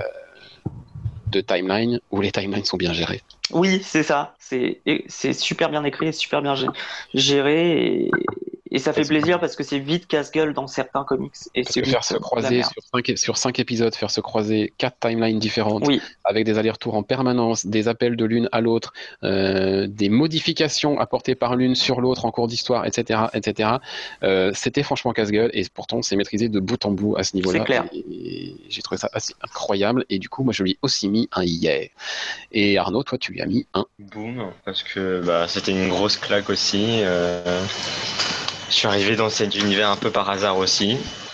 de timeline où les timelines sont bien gérées. Oui, c'est ça. C'est super bien écrit, super bien géré et ça fait plaisir parce que c'est vite casse-gueule dans certains comics et Parce c'est que faire vite se la croiser merde. sur 5 épisodes, faire se croiser 4 timelines différentes, Oui, avec des allers-retours en permanence, des appels de l'une à l'autre, des modifications apportées par l'une sur l'autre en cours d'histoire, etc. C'était franchement casse-gueule et pourtant c'est maîtrisé de bout en bout à ce c'est niveau-là clair. et j'ai trouvé ça assez incroyable et du coup moi je lui ai aussi mis un yeah. Et Arnaud, toi tu lui as mis un Boom, parce que c'était une grosse claque aussi. Je suis arrivé dans cet univers un peu par hasard aussi.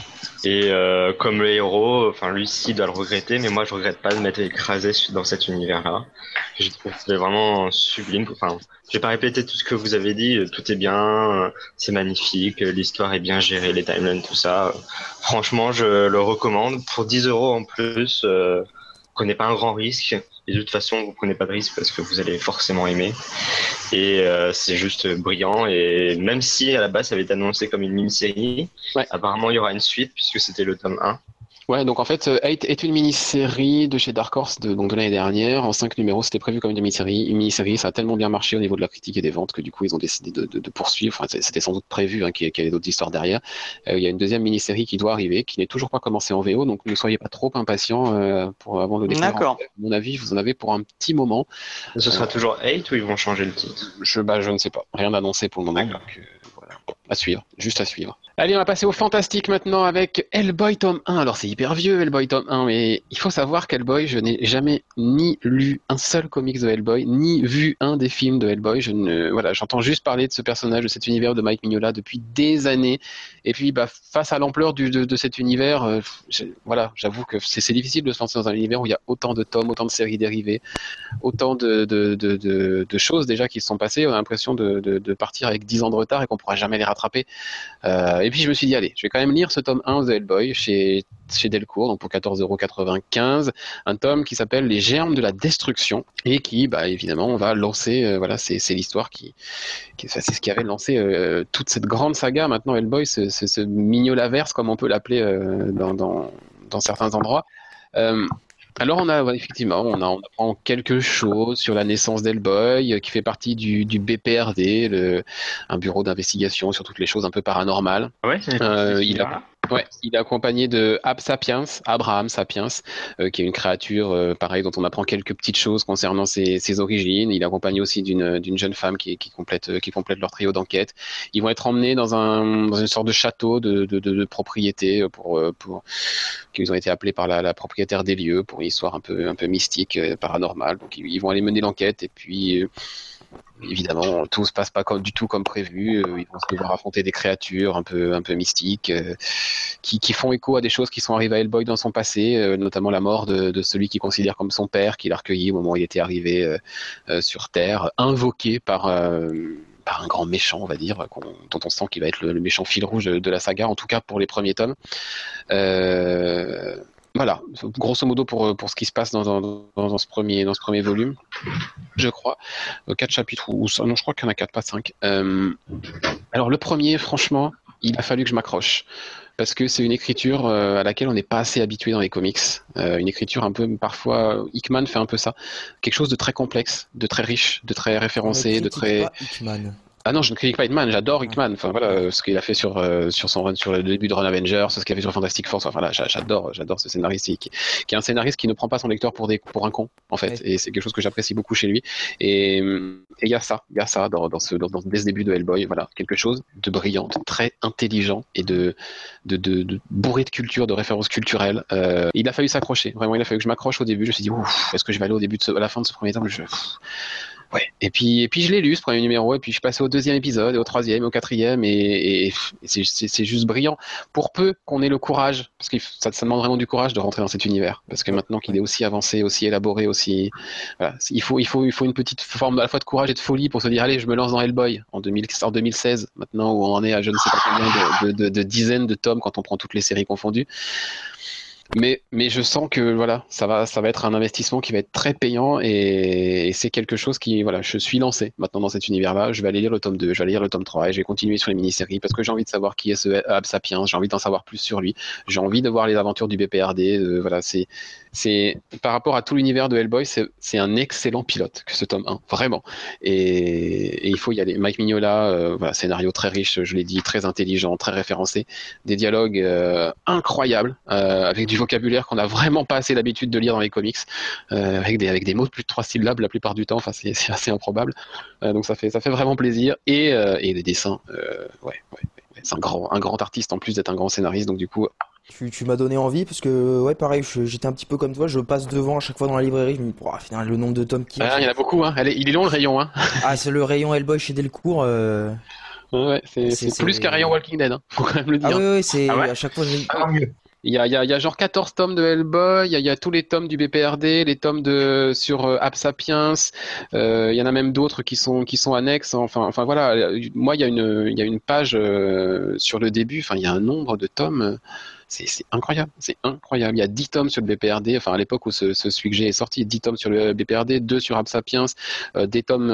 Et comme le héros, enfin lui aussi doit le regretter, mais moi je regrette pas de m'être écrasé dans cet univers-là. Je trouve que c'est vraiment sublime. Enfin, je vais pas répéter tout ce que vous avez dit, tout est bien, c'est magnifique, l'histoire est bien gérée, les timelines, tout ça. Franchement, je le recommande. Pour 10 euros en plus, prenez pas un grand risque. Et de toute façon, vous prenez pas de risque parce que vous allez forcément aimer. Et c'est juste brillant. Et même si à la base ça avait été annoncé comme une mini-série, apparemment il y aura une suite puisque c'était le tome 1. Ouais, donc en fait, Hate est une mini-série de chez Dark Horse donc de l'année dernière. En 5 numéros, c'était prévu comme une mini-série. Une mini-série, ça a tellement bien marché au niveau de la critique et des ventes que du coup, ils ont décidé de poursuivre. Enfin, c'était sans doute prévu qu'il y ait d'autres histoires derrière. Il y a une deuxième mini-série qui doit arriver, qui n'est toujours pas commencée en VO, donc ne soyez pas trop impatients avant de le découvrir. D'accord. À mon avis, vous en avez pour un petit moment. Ce sera toujours Hate ou ils vont changer le titre? Je ne sais pas. Rien d'annoncé pour le moment. Donc, voilà. À suivre. Juste à suivre. Allez, on va passer au fantastique maintenant avec Hellboy tome 1. Alors c'est hyper vieux Hellboy tome 1, mais il faut savoir qu'Hellboy, je n'ai jamais ni lu un seul comics de Hellboy, ni vu un des films de Hellboy. J'entends juste parler de ce personnage, de cet univers de Mike Mignola depuis des années. Et puis face à l'ampleur de cet univers, j'avoue que c'est difficile de se lancer dans un univers où il y a autant de tomes, autant de séries dérivées, autant de choses déjà qui se sont passées. On a l'impression de partir avec 10 ans de retard et qu'on pourra jamais les rattraper. Et puis je me suis dit, allez, je vais quand même lire ce tome 1 de Hellboy chez Delcourt, donc pour 14,95 €, un tome qui s'appelle Les Germes de la Destruction, et qui, évidemment, on va lancer, c'est l'histoire c'est ce qui avait lancé toute cette grande saga, maintenant Hellboy, ce Mignolaverse, comme on peut l'appeler dans certains endroits. Alors effectivement, on apprend quelque chose sur la naissance d'Hellboy, qui fait partie du BPRD, un bureau d'investigation sur toutes les choses un peu paranormales. Ouais, il est accompagné de Abraham Sapiens, qui est une créature, pareil, dont on apprend quelques petites choses concernant ses origines. Il est accompagné aussi d'une jeune femme qui complète leur trio d'enquête. Ils vont être emmenés dans une sorte de château de propriété pour qu'ils ont été appelés par la propriétaire des lieux pour une histoire un peu mystique, paranormale. Donc ils vont aller mener l'enquête et puis évidemment, tout se passe pas du tout comme prévu. Ils vont se devoir affronter des créatures un peu mystiques qui font écho à des choses qui sont arrivées à Hellboy dans son passé, notamment la mort de celui qu'il considère comme son père, qu'il a recueilli au moment où il était arrivé sur Terre, invoqué par un grand méchant, on va dire, dont on sent qu'il va être le méchant fil rouge de la saga, en tout cas pour les premiers tomes. Voilà, grosso modo pour ce qui se passe dans ce premier volume, je crois. 4 chapitres, non, je crois qu'il y en a 4, pas 5. Alors le premier, franchement, il a fallu que je m'accroche. Parce que c'est une écriture à laquelle on n'est pas assez habitué dans les comics. Une écriture un peu, parfois, Hickman fait un peu ça. Quelque chose de très complexe, de très riche, de très référencé, de très... Pas Hickman. Ah non, je ne critique pas Hickman, j'adore Hickman. Enfin voilà, ce qu'il a fait sur son run, sur le début de Run Avengers, ce qu'il a fait sur Fantastic Four. Enfin là, j'adore ce scénariste qui est un scénariste qui ne prend pas son lecteur pour un con, en fait. Ouais. Et c'est quelque chose que j'apprécie beaucoup chez lui. Et il y a ça dès ce début de Hellboy, voilà, quelque chose de brillant, de très intelligent et de bourré de culture, de références culturelles. Il a fallu s'accrocher. Vraiment, il a fallu que je m'accroche au début. Je me suis dit, est-ce que je vais aller à la fin de ce premier tome? Ouais. Et puis je l'ai lu ce premier numéro, et puis je suis passé au deuxième épisode, et au troisième, et au quatrième, et c'est juste brillant. Pour peu qu'on ait le courage, parce que ça demande vraiment du courage de rentrer dans cet univers, parce que maintenant qu'il est aussi avancé, aussi élaboré, aussi, voilà, il faut une petite forme à la fois de courage et de folie pour se dire, allez, je me lance dans Hellboy en 2016, maintenant où on en est à je ne sais pas combien de dizaines de tomes quand on prend toutes les séries confondues. Mais je sens que voilà, ça va être un investissement qui va être très payant, et c'est quelque chose qui, voilà, je suis lancé maintenant dans cet univers-là. Je vais aller lire le tome 2, je vais aller lire le tome 3, et je vais continuer sur les mini-séries parce que j'ai envie de savoir qui est ce Ab Sapiens, j'ai envie d'en savoir plus sur lui, j'ai envie de voir les aventures du BPRD. Voilà, c'est par rapport à tout l'univers de Hellboy, c'est un excellent pilote que ce tome 1, vraiment. Et il faut y aller. Mike Mignola, voilà, scénario très riche, je l'ai dit, très intelligent, très référencé, des dialogues incroyables, avec du vocabulaire qu'on n'a vraiment pas assez l'habitude de lire dans les comics, avec des mots de plus de 3 syllabes la plupart du temps. Enfin, c'est assez improbable. Donc ça fait vraiment plaisir. Et les dessins, ouais, c'est un grand artiste en plus d'être un grand scénariste. Donc du coup, tu m'as donné envie, parce que ouais, pareil, j'étais un petit peu comme toi, je passe devant à chaque fois dans la librairie, je me dis, finalement, le nombre de tomes il y en a beaucoup, hein. Il est long le rayon, hein. Ah, c'est le rayon Hellboy chez Delcourt. Ouais, c'est plus qu'Arrow Walking Dead, hein, faut quand même le dire. Ah oui, c'est Ah ouais à chaque fois. Alors mieux. Il y a genre 14 tomes de Hellboy, il y a tous les tomes du BPRD, les tomes sur Ab Sapiens, il y en a même d'autres qui sont annexes. Enfin voilà, moi il y a une page sur le début, enfin il y a un nombre de tomes. C'est incroyable, c'est incroyable. Il y a 10 tomes sur le BPRD, enfin à l'époque où celui que j'ai est sorti, 10 tomes sur le BPRD, 2 sur Ab Sapiens, des tomes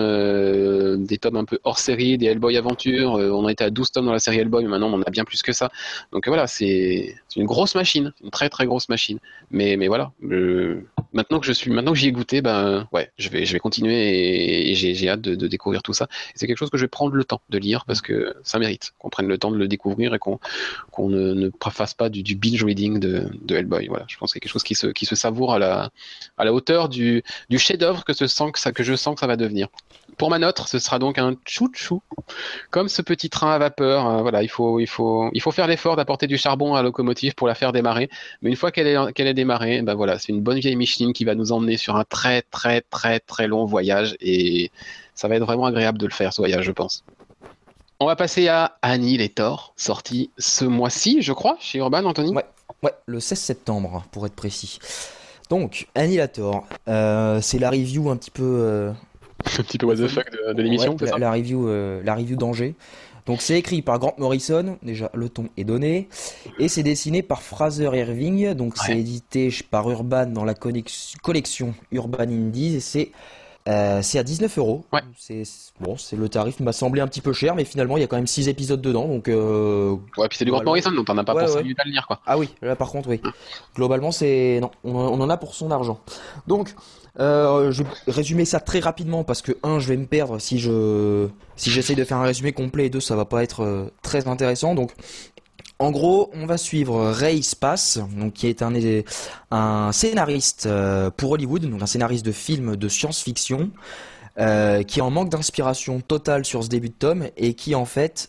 un peu hors série, des Hellboy Aventures. On en était à 12 tomes dans la série Hellboy, mais maintenant on en a bien plus que ça. Donc voilà, c'est une grosse machine, une très très grosse machine. Mais voilà, maintenant que j'y ai goûté, ben ouais, je vais continuer et j'ai hâte de découvrir tout ça. Et c'est quelque chose que je vais prendre le temps de lire parce que ça mérite qu'on prenne le temps de le découvrir et qu'on ne fasse pas du binge reading de Hellboy. Voilà, je pense que c'est quelque chose qui se savoure à la hauteur du chef-d'œuvre que je sens que ça va devenir. Pour ma note, ce sera donc un chouchou, comme ce petit train à vapeur. Voilà, il faut faire l'effort d'apporter du charbon à la locomotive pour la faire démarrer. Mais une fois qu'elle est démarrée, ben voilà, c'est une bonne vieille Micheline qui va nous emmener sur un très très très très long voyage et ça va être vraiment agréable de le faire ce voyage, je pense. On va passer à Annihilator, sorti ce mois-ci, je crois, chez Urban, Anthony. Ouais, le 16 septembre, pour être précis. Donc, Annihilator, c'est la review un petit peu... Un petit peu what the fuck de l'émission, c'est ça ? La review d'Angers. Donc, c'est écrit par Grant Morrison, déjà le ton est donné, et c'est dessiné par Fraser Irving, donc c'est édité par Urban dans la collection Urban Indies, et c'est à 19 €. Ouais. C'est le tarif m'a semblé un petit peu cher, mais finalement il y a quand même 6 épisodes dedans, donc. Ouais, puis c'est du Grant Morrison, donc t'en as pas pour 5 minutes à le lire, quoi. Ah oui, là par contre oui. Globalement non, on en a pour son argent. Donc je vais résumer ça très rapidement parce que je vais me perdre si j'essaye de faire un résumé complet, et 2 ça va pas être très intéressant. Donc en gros, on va suivre Ray Spass, donc qui est un scénariste pour Hollywood, donc un scénariste de films de science-fiction, qui est en manque d'inspiration totale sur ce début de tome et qui en fait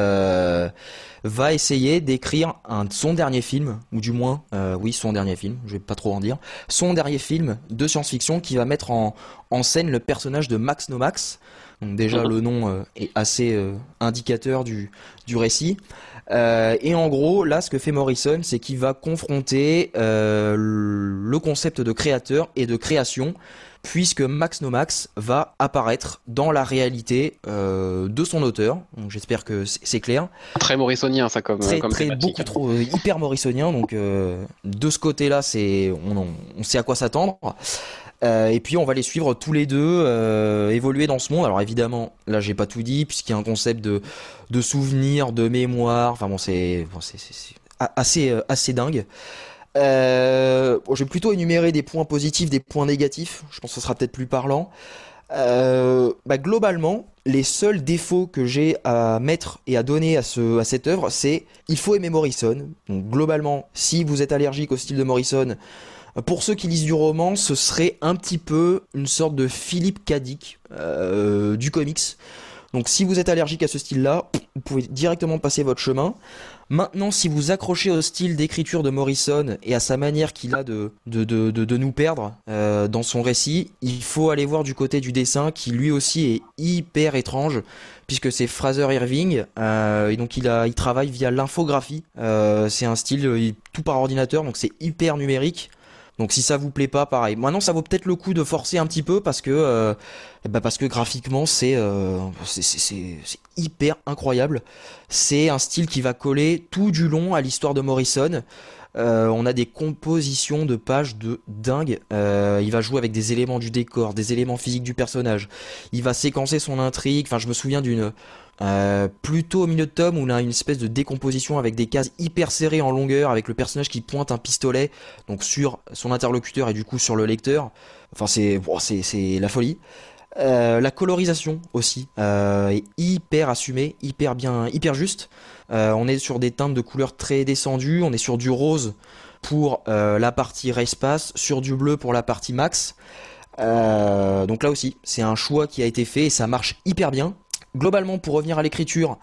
va essayer d'écrire son dernier film, ou du moins, son dernier film, je vais pas trop en dire, son dernier film de science-fiction qui va mettre en scène le personnage de Max Nomax. Donc déjà le nom est assez indicateur du récit. Et en gros, là, ce que fait Morrison, c'est qu'il va confronter le concept de créateur et de création, puisque Max Nomax va apparaître dans la réalité de son auteur. Donc, j'espère que c'est clair. Très morrisonien, ça, comme thématique. Beaucoup trop hyper morrisonien. Donc, de ce côté-là, on sait à quoi s'attendre. Et puis on va les suivre tous les deux évoluer dans ce monde. Alors évidemment, là j'ai pas tout dit puisqu'il y a un concept de souvenir, de mémoire. Enfin bon, c'est assez dingue. Je vais plutôt énumérer des points positifs, des points négatifs. Je pense que ce sera peut-être plus parlant. Globalement, les seuls défauts que j'ai à mettre et à donner à cette œuvre, c'est il faut aimer Morrison. Donc globalement, si vous êtes allergique au style de Morrison, pour ceux qui lisent du roman, ce serait un petit peu une sorte de Philippe K. Dick du comics. Donc si vous êtes allergique à ce style-là, vous pouvez directement passer votre chemin. Maintenant, si vous accrochez au style d'écriture de Morrison et à sa manière qu'il a de nous perdre dans son récit, il faut aller voir du côté du dessin qui lui aussi est hyper étrange puisque c'est Fraser Irving et donc il travaille via l'infographie. C'est un style tout par ordinateur, donc c'est hyper numérique. Donc si ça vous plaît pas, pareil. Maintenant, ça vaut peut-être le coup de forcer un petit peu parce que graphiquement c'est hyper incroyable. C'est un style qui va coller tout du long à l'histoire de Morrison. On a des compositions de pages de dingue. Il va jouer avec des éléments du décor, des éléments physiques du personnage. Il va séquencer son intrigue. Enfin, je me souviens d'une plutôt au milieu de tome où on a une espèce de décomposition avec des cases hyper serrées en longueur, avec le personnage qui pointe un pistolet donc sur son interlocuteur et du coup sur le lecteur. Enfin, c'est la folie. La colorisation aussi est hyper assumée, hyper bien, hyper juste. On est sur des teintes de couleurs très descendues. On est sur du rose pour la partie Ray Spass, sur du bleu pour la partie Max. Donc là aussi, c'est un choix qui a été fait et ça marche hyper bien. Globalement, pour revenir à l'écriture,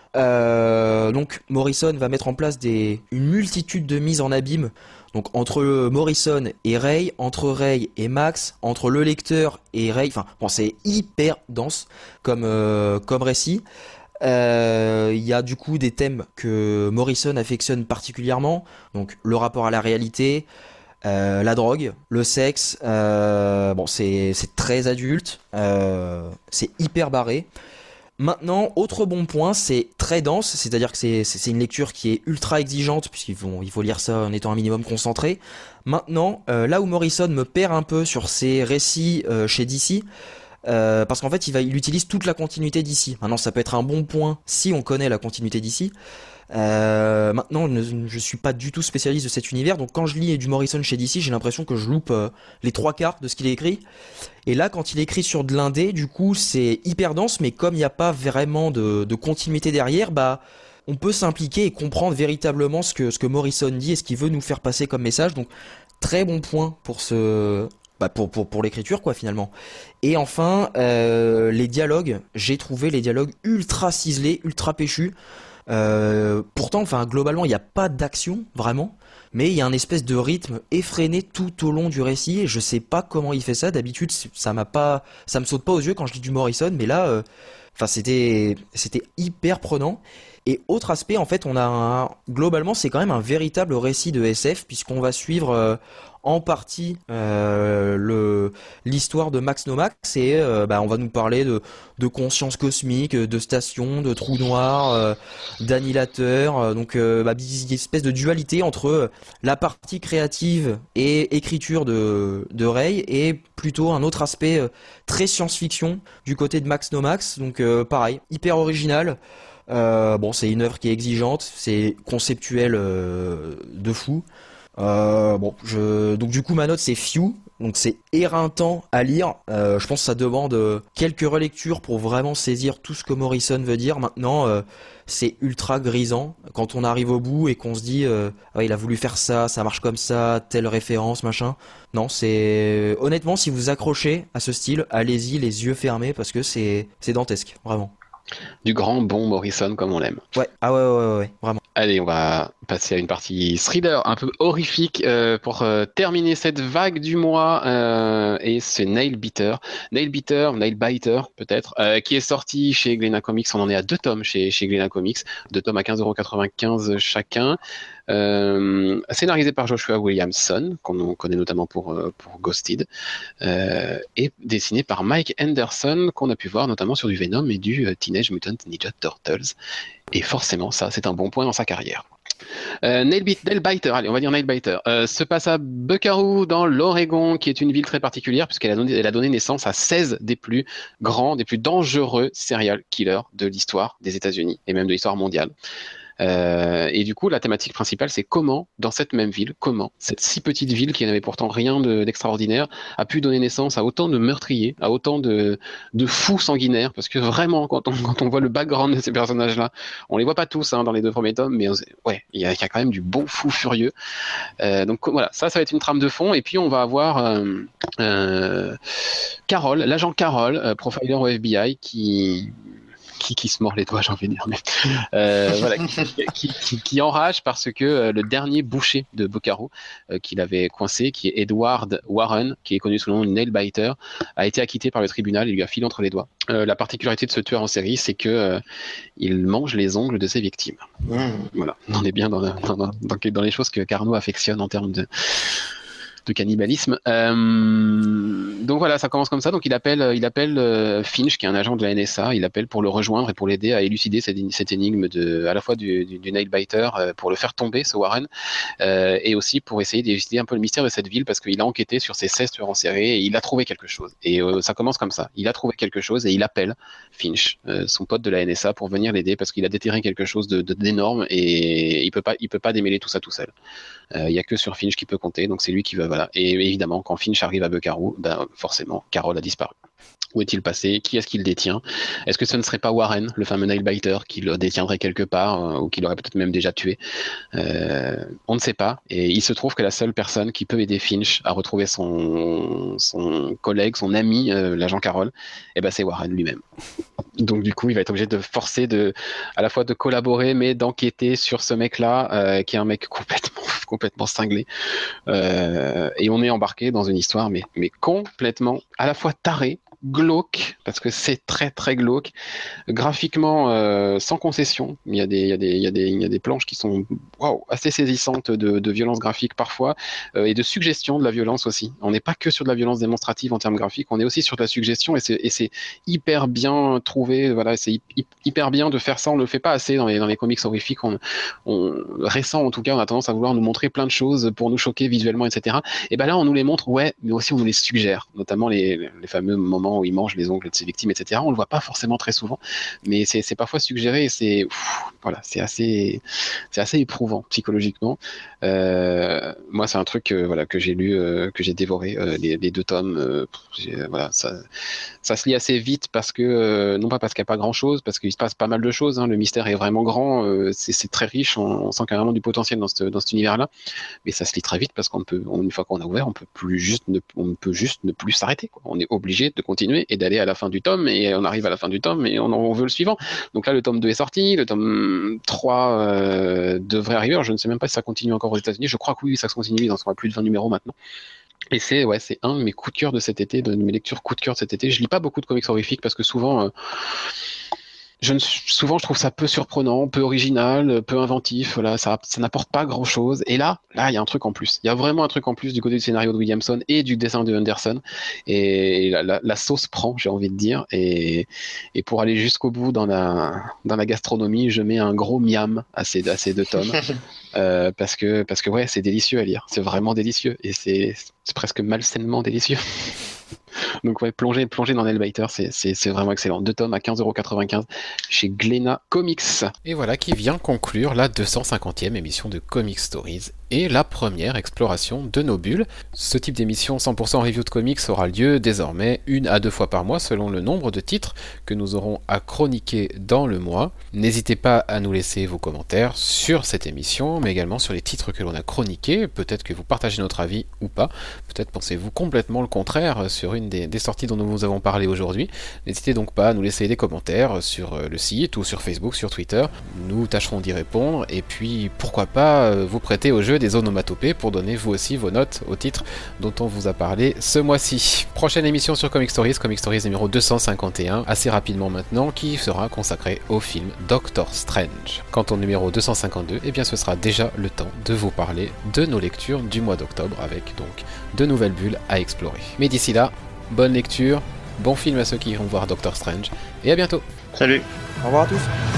donc Morrison va mettre en place une multitude de mises en abîme. Donc entre Morrison et Ray, entre Ray et Max, entre le lecteur et Ray, enfin bon, c'est hyper dense comme récit. Il y a du coup des thèmes que Morrison affectionne particulièrement, donc le rapport à la réalité, la drogue, le sexe. Bon, c'est très adulte, c'est hyper barré. Maintenant, autre bon point, c'est très dense, c'est-à-dire que c'est une lecture qui est ultra exigeante, il faut lire ça en étant un minimum concentré. Maintenant, là où Morrison me perd un peu sur ses récits chez DC, parce qu'en fait, il utilise toute la continuité d'ici. Maintenant, ça peut être un bon point si on connaît la continuité d'ici. Maintenant, je suis pas du tout spécialiste de cet univers, donc quand je lis du Morrison chez DC, j'ai l'impression que je loupe les trois quarts de ce qu'il a écrit. Et là, quand il écrit sur de l'indé, du coup, c'est hyper dense, mais comme il n'y a pas vraiment de continuité derrière, bah, on peut s'impliquer et comprendre véritablement ce que Morrison dit et ce qu'il veut nous faire passer comme message. Donc, très bon point pour pour l'écriture, quoi, finalement. Et enfin, les dialogues, j'ai trouvé les dialogues ultra ciselés, ultra péchus. Pourtant, enfin, globalement, il n'y a pas d'action, vraiment, mais il y a un espèce de rythme effréné tout au long du récit, et je sais pas comment il fait ça. D'habitude, ça me saute pas aux yeux quand je lis du Morrison, mais là, enfin, c'était hyper prenant. Et autre aspect, en fait, globalement, c'est quand même un véritable récit de SF, puisqu'on va suivre en partie l'histoire de Max Nomax, et on va nous parler de conscience cosmique, de stations, de trous noirs, d'annihilateurs, une espèce de dualité entre la partie créative et écriture de Ray, et plutôt un autre aspect très science-fiction du côté de Max Nomax. Donc pareil, hyper original. C'est une œuvre qui est exigeante, c'est conceptuel de fou. Donc du coup ma note c'est few, donc c'est éreintant à lire. Je pense que ça demande quelques relectures pour vraiment saisir tout ce que Morrison veut dire. Maintenant, c'est ultra grisant quand on arrive au bout et qu'on se dit il a voulu faire ça, ça marche comme ça, telle référence, machin. Non, c'est honnêtement, si vous accrochez à ce style, allez-y les yeux fermés parce que c'est dantesque, vraiment. Du grand bon Morrison comme on l'aime. Ouais, ah ouais, vraiment. Allez, on va passer à une partie thriller un peu horrifique pour terminer cette vague du mois, et c'est Nailbiter peut-être, qui est sorti chez Glénat Comics. On en est à 2 tomes chez Glénat Comics, 2 tomes à 15,95€ chacun. Scénarisé par Joshua Williamson, qu'on connaît notamment pour Ghosted, et dessiné par Mike Henderson, qu'on a pu voir notamment sur du Venom et du Teenage Mutant Ninja Turtles. Et forcément, ça, c'est un bon point dans sa carrière. Nailbiter, allez, on va dire Nailbiter, se passe à Buckaroo, dans l'Oregon, qui est une ville très particulière, puisqu'elle a donné naissance à 16 des plus grands, des plus dangereux serial killers de l'histoire des États-Unis, et même de l'histoire mondiale. Et du coup, la thématique principale, c'est comment, dans cette même ville, cette si petite ville qui n'avait pourtant rien d'extraordinaire, a pu donner naissance à autant de meurtriers, à autant de fous sanguinaires, parce que vraiment, quand on voit le background de ces personnages-là, on les voit pas tous dans les 2 premiers tomes, mais ouais, il y a quand même du bon fou furieux. Donc voilà, ça va être une trame de fond, et puis on va avoir Carol, l'agent Carol, profiler au FBI, qui se mord les doigts, j'ai envie de dire, mais voilà, qui enrage parce que le dernier boucher de Buckaroo qu'il avait coincé, qui est Edward Warren, qui est connu sous le nom de Nailbiter, a été acquitté par le tribunal et lui a filé entre les doigts. La particularité de ce tueur en série, c'est que il mange les ongles de ses victimes. Voilà, on est bien dans les choses que Carnot affectionne en termes de cannibalisme. Donc voilà, ça commence comme ça. Donc il appelle Finch, qui est un agent de la NSA. Il appelle pour le rejoindre et pour l'aider à élucider cette énigme à la fois du Nailbiter, pour le faire tomber, ce Warren, et aussi pour essayer d'élucider un peu le mystère de cette ville, parce qu'il a enquêté sur ces 16 tueurs en série et il a trouvé quelque chose. Et ça commence comme ça. Il a trouvé quelque chose et il appelle Finch, son pote de la NSA, pour venir l'aider parce qu'il a déterré quelque chose d'énorme et il peut pas démêler tout ça tout seul. Il y a que sur Finch qui peut compter, donc c'est lui qui veut, voilà. Et évidemment, quand Finch arrive à Buckaroo, forcément, Carol a disparu. Où est-il passé? Qui est-ce qui le détient? Est-ce que ce ne serait pas Warren, le fameux Nailbiter, qui le détiendrait quelque part, ou qui l'aurait peut-être même déjà tué? On ne sait pas. Et il se trouve que la seule personne qui peut aider Finch à retrouver son collègue, son ami, l'agent Carol, c'est Warren lui-même. Donc du coup, il va être obligé de forcer à la fois de collaborer, mais d'enquêter sur ce mec-là, qui est un mec complètement cinglé. Et on est embarqué dans une histoire, mais complètement à la fois tarée, glauque, parce que c'est très très glauque. Graphiquement, sans concession, il y a des planches qui sont assez saisissantes de violence graphique parfois, et de suggestion de la violence aussi. On n'est pas que sur de la violence démonstrative en termes graphiques, on est aussi sur de la suggestion, et c'est hyper bien trouvé. Voilà, c'est hyper bien de faire ça. On ne le fait pas assez dans les comics horrifiques. Récents en tout cas, on a tendance à vouloir nous montrer plein de choses pour nous choquer visuellement, etc. Et ben là, on nous les montre, mais aussi on nous les suggère, notamment les fameux moments où il mange les ongles de ses victimes, etc. On le voit pas forcément très souvent, mais c'est parfois suggéré, et c'est assez éprouvant psychologiquement. Moi, c'est un truc que j'ai lu, que j'ai dévoré, les 2 tomes. Ça se lit assez vite parce que non pas parce qu'il n'y a pas grand chose, parce qu'il se passe pas mal de choses. Hein, le mystère est vraiment grand, c'est très riche. On sent qu'il y a vraiment du potentiel dans cet univers-là, mais ça se lit très vite parce une fois qu'on a ouvert, on peut juste ne plus s'arrêter, quoi. On est obligé de continuer et d'aller à la fin du tome, et on arrive à la fin du tome et on veut le suivant. Donc là, le tome 2 est sorti, le tome 3 devrait arriver. Alors, je ne sais même pas si ça continue encore aux États-Unis. Je crois que oui, ça se continue. Ils en sont à plus de 20 numéros maintenant. Et c'est un de mes coups de cœur de cet été, de mes lectures coups de cœur de cet été. Je lis pas beaucoup de comics horrifiques parce que souvent je trouve ça peu surprenant, peu original, peu inventif. Voilà, ça n'apporte pas grand chose. Et là, il y a un truc en plus. Il y a vraiment un truc en plus du côté du scénario de Williamson et du dessin de Anderson. Et la sauce prend, j'ai envie de dire. Et pour aller jusqu'au bout dans la gastronomie, je mets un gros miam à ces 2 tomes. Parce que ouais, c'est délicieux à lire. C'est vraiment délicieux. Et c'est presque malsainement délicieux. Donc ouais, plonger dans Hellbiter, c'est vraiment excellent. 2 tomes à 15,95€ chez Glénat Comics. Et voilà qui vient conclure la 250e émission de Comic Stories et la première exploration de nos bulles. Ce type d'émission 100% review de comics aura lieu désormais 1 à 2 fois par mois selon le nombre de titres que nous aurons à chroniquer dans le mois. N'hésitez pas à nous laisser vos commentaires sur cette émission, mais également sur les titres que l'on a chroniqués. Peut-être que vous partagez notre avis ou pas. Peut-être pensez-vous complètement le contraire sur une des sorties dont nous vous avons parlé aujourd'hui. N'hésitez donc pas à nous laisser des commentaires sur le site ou sur Facebook, sur Twitter. Nous tâcherons d'y répondre, et puis pourquoi pas vous prêter au jeu des onomatopées pour donner vous aussi vos notes au titre dont on vous a parlé ce mois-ci. Prochaine émission sur Comic Stories numéro 251, assez rapidement maintenant, qui sera consacrée au film Doctor Strange. Quant au numéro 252, eh bien ce sera déjà le temps de vous parler de nos lectures du mois d'octobre, avec donc de nouvelles bulles à explorer. Mais d'ici là, bonne lecture, bon film à ceux qui iront voir Doctor Strange, et à bientôt. Salut. Au revoir à tous.